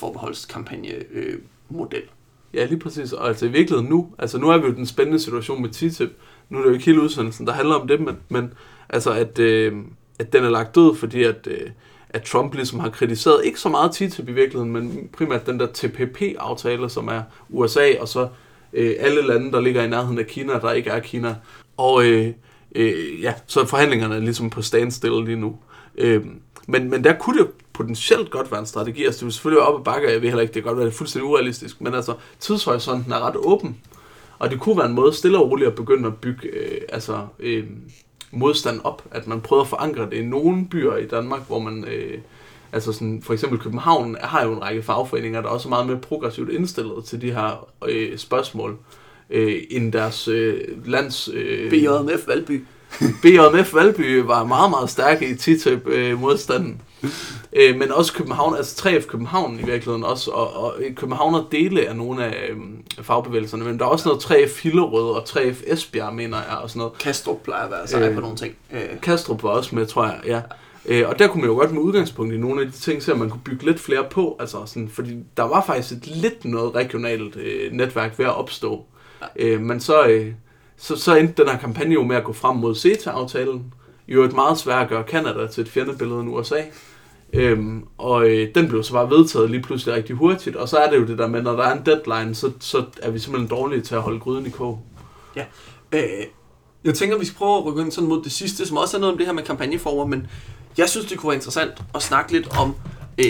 retsforbeholdskampagne-model. Øh, Ja, lige præcis. Og altså i virkeligheden nu, altså nu er vi jo i den spændende situation med T T I P. Nu er det jo ikke hele udsendelsen, der handler om det, men, men altså at, øh, at den er lagt død, fordi at, øh, at Trump ligesom har kritiseret ikke så meget T T I P i virkeligheden, men primært den der T P P-aftale, som er U S A, og så øh, alle lande, der ligger i nærheden af Kina, der ikke er Kina. Og øh, øh, ja, så forhandlingerne er ligesom på standstill lige nu. Øh, men, men der kunne det potentielt godt være en strategi. Altså det vil selvfølgelig være op ad bakke, jeg ved heller ikke, det kan godt være, det er fuldstændig urealistisk, men altså tidshorisonten er ret åben, og det kunne være en måde stille og roligt at begynde at bygge øh, altså, øh, modstand op, at man prøver at forankre det i nogle byer i Danmark, hvor man, øh, altså sådan, for eksempel København har jo en række fagforeninger, der er også meget mere progressivt indstillet til de her øh, spørgsmål, øh, end deres øh, lands... Øh, B J M F Valby. B J M F Valby var meget, meget stærke i T T I P-modstanden. Øh, men også København, altså tre F København i virkeligheden også, og, og København er dele af nogle af øhm, fagbevægelserne, men der er også noget tre F Hillerød og tre F Esbjerg, mener jeg, og sådan noget. Kastrup plejer at være sej øh, på nogle ting. Øh. Kastrup var også med, tror jeg, ja. Øh, og der kunne man jo godt med udgangspunkt i nogle af de ting, så man kunne bygge lidt flere på, altså sådan, fordi der var faktisk et lidt noget regionalt øh, netværk ved at opstå. Ja. Øh, men så, øh, så, så endte den her kampagne jo med at gå frem mod CETA-aftalen, jo et meget svært at gøre Canada til et fjendebillede end U S A. Øhm, og øh, den blev så bare vedtaget lige pludselig rigtig hurtigt, og så er det jo det der med, når der er en deadline, så, så er vi simpelthen dårlige til at holde gryden i kog. Ja, øh, jeg tænker, vi skal prøve at rykke ind sådan mod det sidste, som også er noget om det her med kampagneformer, men jeg synes, det kunne være interessant at snakke lidt om øh,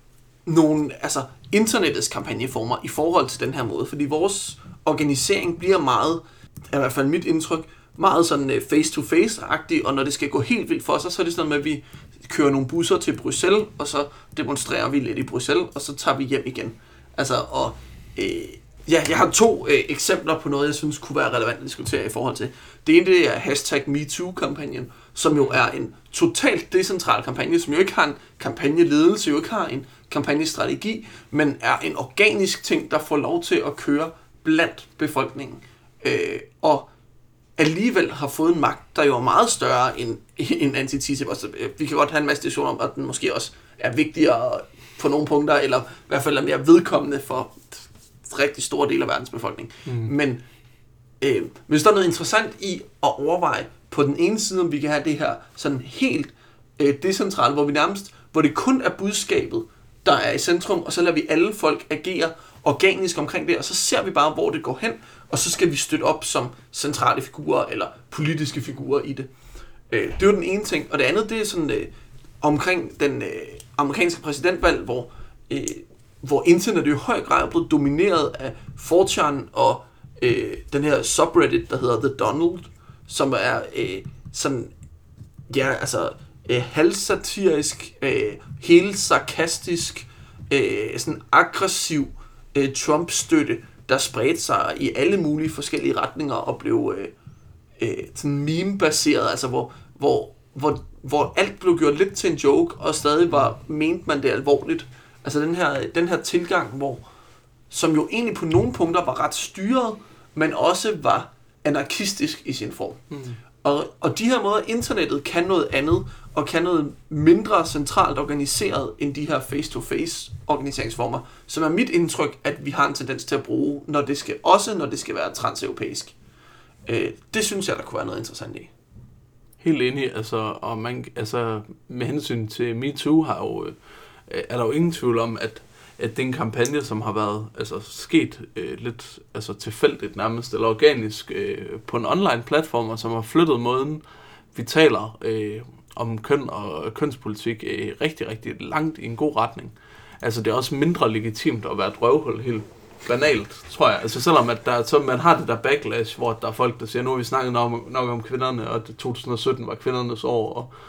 nogle, altså internettets kampagneformer i forhold til den her måde, fordi vores organisering bliver meget, i hvert fald mit indtryk, meget sådan uh, face-to-face-agtig, og når det skal gå helt vildt for sig, så er det sådan noget med, at vi kører nogle busser til Bruxelles, og så demonstrerer vi lidt i Bruxelles, og så tager vi hjem igen. Altså, og øh, ja, jeg har to øh, eksempler på noget, jeg synes kunne være relevant at diskutere i forhold til. Det ene, det er hashtag MeToo-kampagnen, som jo er en totalt decentral kampagne, som jo ikke har en kampagneledelse, jo ikke har en kampagnestrategi, men er en organisk ting, der får lov til at køre blandt befolkningen. Øh, og alligevel har fået en magt, der jo er meget større end, end anti-T T I P. Altså, vi kan godt have en masse diskussion om, at den måske også er vigtigere på nogle punkter, eller i hvert fald er mere vedkommende for en rigtig stor del af verdens befolkning. Mm. Men øh, hvis der er noget interessant i at overveje på den ene side, om vi kan have det her sådan helt øh, decentralt, hvor vi nærmest, hvor det kun er budskabet, der er i centrum, og så lader vi alle folk agere organisk omkring det, og så ser vi bare, hvor det går hen, og så skal vi støtte op som centrale figurer, eller politiske figurer i det. Øh, det er jo den ene ting, og det andet, det er sådan øh, omkring den øh, amerikanske præsidentvalg, hvor, øh, hvor internet i høj grad er blevet domineret af four chan og øh, den her subreddit, der hedder The Donald, som er øh, sådan, ja, altså øh, halvsatirisk, øh, helt sarkastisk, øh, sådan aggressiv øh, Trump-støtte, der spredte sig i alle mulige forskellige retninger og blev øh, øh, sådan meme-baseret, altså hvor, hvor, hvor, hvor alt blev gjort lidt til en joke, og stadig var, mente man det alvorligt. Altså den her, den her tilgang, hvor, som jo egentlig på nogle punkter var ret styret, men også var anarkistisk i sin form. Mm. Og, og de her måder, internettet kan noget andet, og kan noget mindre centralt organiseret end de her face-to-face organiseringsformer, som er mit indtryk, at vi har en tendens til at bruge, når det skal, også når det skal være transeuropæisk. Øh, det synes jeg, der kunne være noget interessant i. Helt enig, altså, og man, altså med hensyn til MeToo har jo, er der jo ingen tvivl om, at at det er en kampagne, som har været altså, sket øh, lidt altså, tilfældigt nærmest, eller organisk øh, på en online platform, og som har flyttet måden, vi taler øh, om køn og kønspolitik øh, rigtig, rigtig langt i en god retning. Altså det er også mindre legitimt at være et røvhul, helt banalt, tror jeg. Altså selvom at der, så man har det der backlash, hvor der er folk, der siger, nu har vi snakket nok, nok om kvinderne, og det to tusind og sytten var kvindernes år, og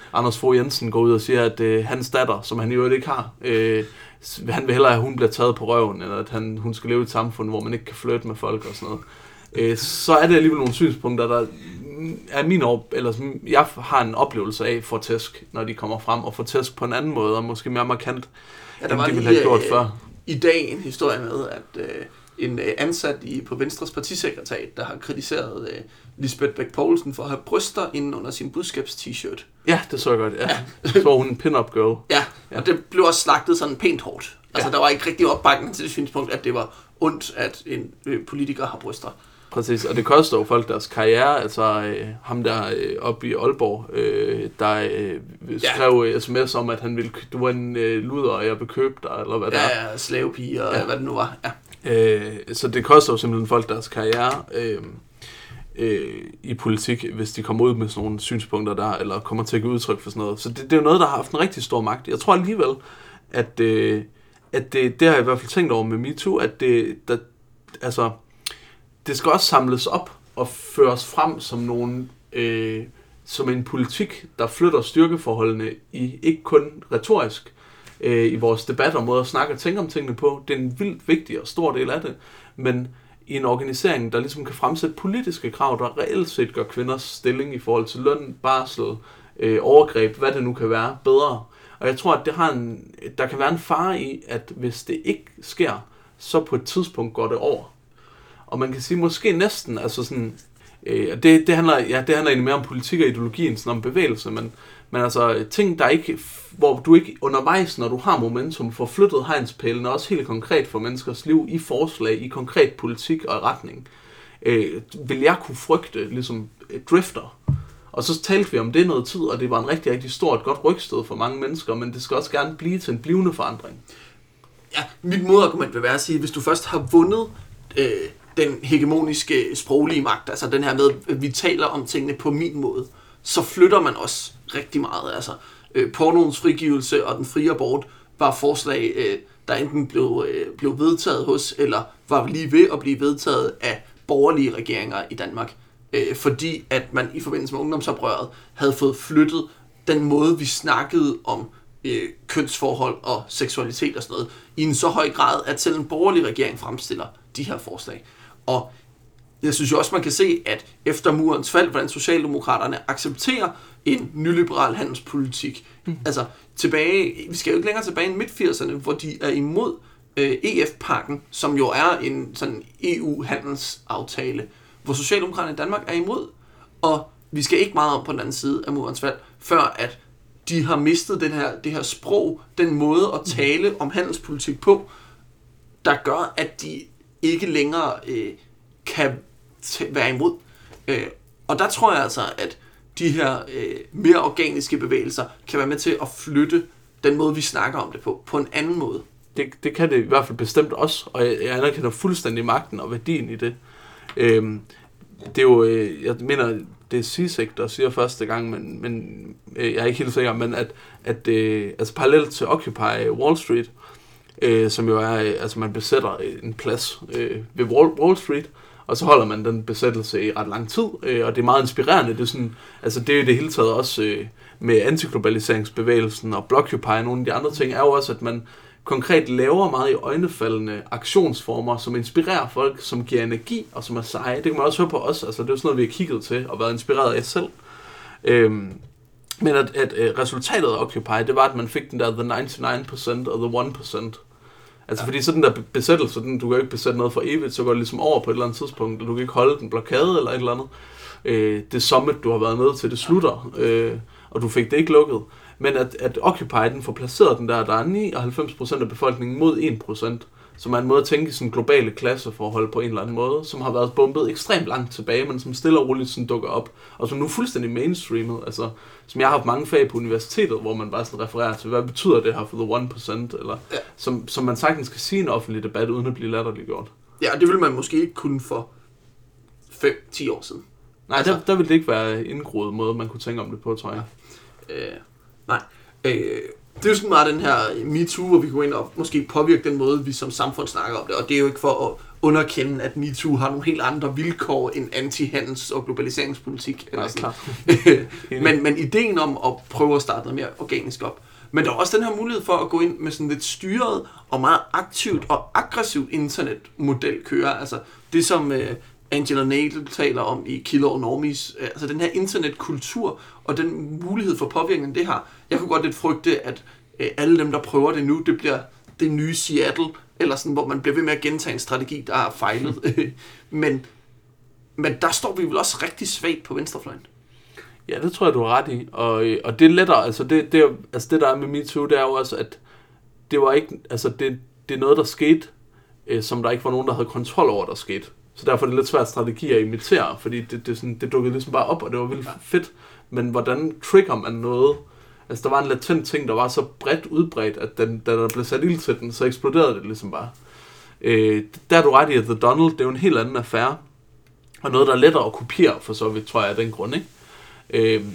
Anders Fogh Jensen går ud og siger, at øh, hans datter, som han i øvrigt ikke har, øh, han vil hellere, at hun bliver taget på røven, eller at han, hun skal leve i et samfund, hvor man ikke kan flytte med folk og sådan noget. Øh, så er det alligevel nogle synspunkter, der er min op, eller jeg har en oplevelse af for tæsk, når de kommer frem, og for tæsk på en anden måde, og måske mere markant, ja, end de ville have gjort øh, før. I dag en historie med, at øh, en øh, ansat i, på Venstres partisekretariat, der har kritiseret øh, Lisbeth Bech Poulsen for at have bryster inden under sin budskabs-t-shirt. Ja, det så jeg godt, ja. ja. Så var hun en pin-up girl. Ja, ja, og det blev også slagtet sådan pænt hårdt. Altså, ja. Der var ikke rigtig opbakning til det synspunkt, at det var ondt, at en øh, politiker har bryster. Præcis, og det koster jo folk deres karriere. Altså øh, ham der øh, oppe i Aalborg, øh, der øh, skrev ja. sms om, at han ville, du var en øh, luder, og jeg vil købe dig, eller hvad det ja, er. Ja, slavepige, og ja. hvad det nu var. Ja. Øh, så det koster jo simpelthen folk deres karriere øh, øh, i politik, hvis de kommer ud med sådan nogle synspunkter der, eller kommer til at give udtryk for sådan noget. Så det, det er jo noget, der har haft en rigtig stor magt. Jeg tror alligevel, at, øh, at det, det har jeg i hvert fald tænkt over med MeToo, at det, der, altså, det skal også samles op og føres frem som nogen, øh, som en politik, der flytter styrkeforholdene i ikke kun retorisk, i vores debat og måde at snakke og tænke om tingene på. Det er en vildt vigtig og stor del af det, men i en organisering, der ligesom kan fremsætte politiske krav, der reelt set gør kvinders stilling i forhold til løn, barsel, øh, overgreb, hvad det nu kan være, bedre. Og jeg tror, at det har en, der kan være en fare i, at hvis det ikke sker, så på et tidspunkt går det over. Og man kan sige måske næsten, altså sådan, øh, det, det, handler, ja, det handler egentlig mere om politik og ideologi end sådan om bevægelse, men Men altså, ting, der ikke, hvor du ikke undervejs, når du har momentum, får flyttet hegnspælene, også helt konkret for menneskers liv, i forslag, i konkret politik og retning, øh, vil jeg kunne frygte, ligesom drifter. Og så talte vi om det noget tid, og det var en rigtig, rigtig stort, godt rygsted for mange mennesker, men det skal også gerne blive til en blivende forandring. Ja, mit modargument vil være at sige, at hvis du først har vundet øh, den hegemoniske sproglige magt, altså den her med, at vi taler om tingene på min måde, så flytter man også rigtig meget. Altså, øh, pornoens frigivelse og den frie abort var forslag, øh, der enten blev, øh, blev vedtaget hos, eller var lige ved at blive vedtaget af borgerlige regeringer i Danmark. Øh, fordi at man i forbindelse med ungdomsoprøret havde fået flyttet den måde, vi snakkede om øh, kønsforhold og seksualitet og sådan noget, i en så høj grad, at selv en borgerlig regering fremstiller de her forslag. Og jeg synes jo også, man kan se, at efter murens fald, hvordan Socialdemokraterne accepterer en nyliberal handelspolitik. Mm. Altså tilbage, vi skal jo ikke længere tilbage end midt firserne, hvor de er imod øh, E F-pakken, som jo er en sådan E U-handelsaftale, hvor Socialdemokraterne i Danmark er imod. Og vi skal ikke meget om på den anden side af murens fald, før at de har mistet den her, det her sprog, den måde at tale om handelspolitik på, der gør, at de ikke længere øh, kan t- være imod. Øh, og der tror jeg altså, at de her øh, mere organiske bevægelser kan være med til at flytte den måde, vi snakker om det på, på en anden måde. Det, det kan det i hvert fald bestemt også, og jeg, jeg anerkender fuldstændig magten og værdien i det. Øhm, det er jo, øh, jeg mener, det er Sisek, der siger første gang, men, men øh, jeg er ikke helt sikker, men at, at øh, altså parallelt til Occupy Wall Street, øh, som jo er, øh, altså man besætter en plads øh, ved Wall, Wall Street, og så holder man den besættelse i ret lang tid, øh, og det er meget inspirerende. Det er sådan, altså det er det hele taget også øh, med antiglobaliseringsbevægelsen og Blockupy og nogle af de andre ting, er jo også, at man konkret laver meget i øjnefaldende aktionsformer, som inspirerer folk, som giver energi og som er seje. Det kan man også høre på os. Altså det er jo sådan noget, vi har kigget til og været inspireret af selv. Øhm, men at, at, at resultatet af Occupy, det var, at man fik den der the ninety-nine percent og the one percent. Altså ja. Fordi sådan der besættelse, den, du kan jo ikke besætte noget for evigt, så går det ligesom over på et eller andet tidspunkt, og du kan ikke holde den blokade eller et eller andet. Øh, det summit, du har været med til, det slutter, øh, og du fik det ikke lukket. Men at, at Occupy, den får placeret den der, der er nioghalvfems procent af befolkningen mod en procent, som er en måde at tænke i sådan globale klasseforhold på en eller anden måde, som har været bombet ekstremt langt tilbage, men som stille og roligt sådan dukker op, og som nu er fuldstændig mainstreamet, altså som jeg har haft mange fag på universitetet, hvor man bare sådan refererer til, hvad betyder det her for the one percent, eller ja. som, som man sagtens kan sige i en offentlig debat, uden at blive latterliggjort. Ja, og det ville man måske ikke kunne for fem til ti år siden. Nej, altså, der, der ville det ikke være en indgroet måde, man kunne tænke om det på, tror jeg. Ja. Øh, nej. Øh, det er jo sådan meget den her MeToo, hvor vi går ind og måske påvirke den måde, vi som samfund snakker om det. Og det er jo ikke for at underkende, at MeToo har nogle helt andre vilkår end anti-handels- og globaliseringspolitik. Eller sådan. men, men ideen om at prøve at starte noget mere organisk op. Men der er også den her mulighed for at gå ind med sådan lidt styret og meget aktivt og aggressivt internetmodel kører. Altså det, som øh, Angela Nagel taler om i Killer og Normies. Øh, altså den her internetkultur og den mulighed for påvirkning, det har. Jeg kunne godt lidt frygte, at øh, alle dem, der prøver det nu, det bliver det nye Seattle, eller sådan, hvor man bliver ved med at gentage en strategi, der har fejlet. men, men der står vi vel også rigtig svagt på venstrefløjen. Ja, det tror jeg, du har ret i. Og, og det er lettere, altså det, det, altså det der er med MeToo, det er jo også, at det var ikke, altså det, det er noget, der skete, øh, som der ikke var nogen, der havde kontrol over, der skete. Så derfor er det lidt svært strategi at imitere, fordi det, det, sådan, det dukkede ligesom bare op, og det var vildt fedt. Men hvordan trigger man noget? Altså der var en latent ting, der var så bredt udbredt, at den, da der blev sat ild til den, så eksploderede det ligesom bare. Øh, der er du ret i, at The Donald, det er jo en helt anden affære, og noget, der er lettere at kopiere, for så vidt, tror jeg, af den grund, ikke? Øhm,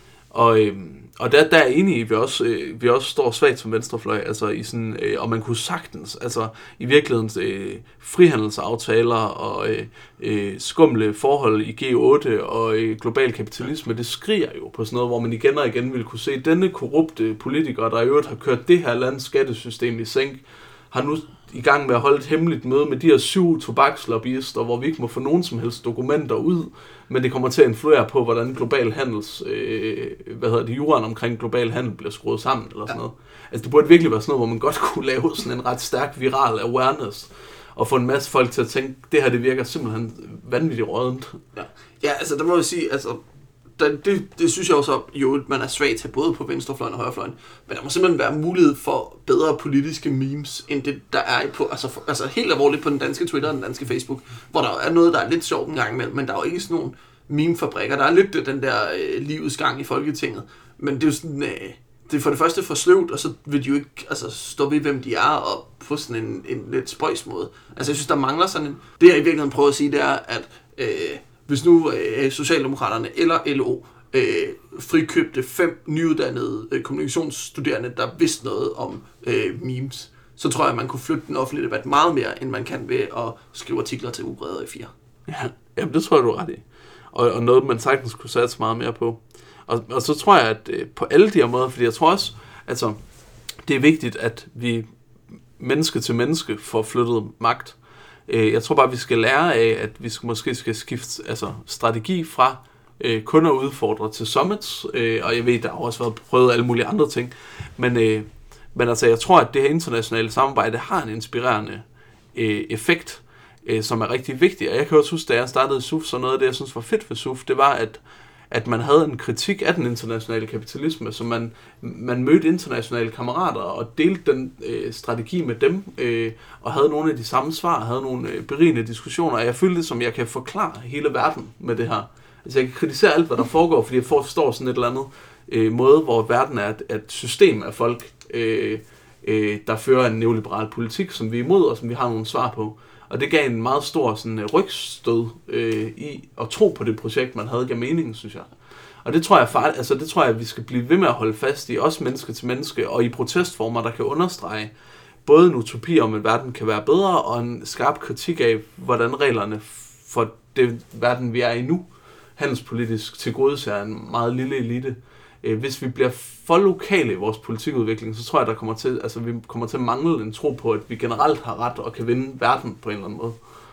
og øhm, og der, der er enig i, at vi også, øh, vi også står svagt som venstrefløj, altså i sådan, øh, og man kunne sagtens, altså i virkeligheden øh, frihandelsaftaler og øh, øh, skumle forhold i G otte og øh, global kapitalisme, det skriger jo på sådan noget, hvor man igen og igen vil kunne se, denne korrupte politikere, der i øvrigt har kørt det her lands skattesystem i sænk, har nu i gang med at holde et hemmeligt møde med de her syv tobakslobbyster, hvor vi ikke må få nogen som helst dokumenter ud, men det kommer til at influere på, hvordan global handels, øh, hvad hedder det, juraen omkring global handel bliver skruet sammen, eller sådan noget. Altså det burde virkelig være sådan noget, hvor man godt kunne lave sådan en ret stærk viral awareness, og få en masse folk til at tænke, det her det virker simpelthen vanvittigt rådent. Ja, ja altså der må jeg sige, altså det, det, det synes jeg også, jo, at man er svag til både på venstrefløjen og højrefløjen, men der må simpelthen være mulighed for bedre politiske memes, end det, der er på, altså, for, altså helt alvorligt på den danske Twitter og den danske Facebook, hvor der er noget, der er lidt sjovt en gang imellem, men der er jo ikke sådan nogle meme-fabrikker. Der er lidt den der øh, livets gang i Folketinget, men det er jo sådan, øh, det er for det første for sløvt, og så vil de jo ikke altså, stå ved, hvem de er, og på sådan en, en lidt spøjs måde. Altså jeg synes, der mangler sådan en, det jeg i virkeligheden prøver at sige, det er, at øh, hvis nu øh, Socialdemokraterne eller L O øh, frikøbte fem nyuddannede øh, kommunikationsstuderende, der vidste noget om øh, memes, så tror jeg, at man kunne flytte den offentlige debat meget mere, end man kan ved at skrive artikler til Ugebrevet i fire. Ja, jamen det tror jeg, du er ret i. Og, og noget, man sagtens kunne satse meget mere på. Og, og så tror jeg, at øh, på alle de her måder, fordi jeg tror også, altså, det er vigtigt, at vi menneske til menneske får flyttet magt. Jeg tror bare, vi skal lære af, at vi skal, måske skal skifte altså, strategi fra øh, kun at udfordre til summits, øh, og jeg ved, der har også været prøvet alle mulige andre ting, men, øh, men altså, jeg tror, at det her internationale samarbejde har en inspirerende øh, effekt, øh, som er rigtig vigtig, og jeg kan også huske, da jeg startede S U F, så noget af det, jeg synes var fedt ved S U F, det var, at at man havde en kritik af den internationale kapitalisme, så man, man mødte internationale kammerater og delte den øh, strategi med dem, øh, og havde nogle af de samme svar, havde nogle øh, berigende diskussioner, og jeg følte det som, jeg kan forklare hele verden med det her. Altså jeg kan kritisere alt, hvad der foregår, fordi jeg forstår sådan et eller andet øh, måde, hvor verden er et, et system af folk, øh, øh, der fører en neoliberal politik, som vi er imod, og som vi har nogle svar på. Og det gav en meget stor sådan, rygstød øh, i at tro på det projekt, man havde, gav mening, synes jeg. Og det tror jeg, far, altså, det tror jeg, at vi skal blive ved med at holde fast i, også menneske til menneske, og i protestformer, der kan understrege både en utopi om, at verden kan være bedre, og en skarp kritik af, hvordan reglerne for det verden, vi er i nu, handelspolitisk tilgodeser en meget lille elite. Hvis vi bliver for lokale i vores politikudvikling, så tror jeg, der kommer til, altså, vi kommer til at mangle en tro på, at vi generelt har ret og kan vinde verden på en eller anden måde.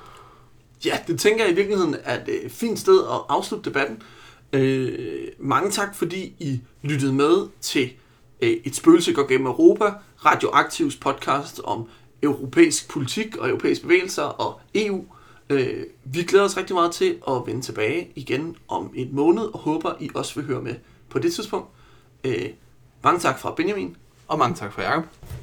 Ja, det tænker jeg i virkeligheden er et fint sted at afslutte debatten. Øh, mange tak, fordi I lyttede med til øh, Et spøgelse går gennem Europa, Radioaktivs podcast om europæisk politik og europæiske bevægelser og E U. Øh, vi glæder os rigtig meget til at vende tilbage igen om en måned, og håber, I også vil høre med på det tidspunkt. Øh, mange tak fra Benjamin. Og mange tak fra Jacob.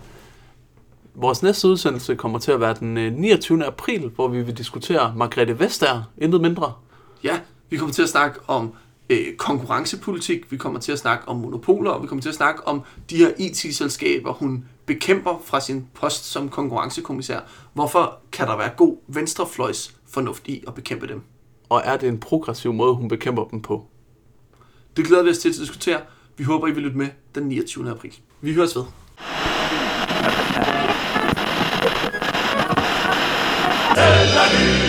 Vores næste udsendelse kommer til at være den niogtyvende april, hvor vi vil diskutere Margrethe Vestager, intet mindre. Ja, vi kommer til at snakke om øh, konkurrencepolitik, vi kommer til at snakke om monopoler, og vi kommer til at snakke om de her I T-selskaber, hun bekæmper fra sin post som konkurrencekommissær. Hvorfor kan der være god venstrefløjs fornuft i at bekæmpe dem? Og er det en progressiv måde, hun bekæmper dem på? Det glæder vi os til at diskutere. Vi håber, I vil lytte med den niogtyvende april. Vi høres ved. C'est la nuit.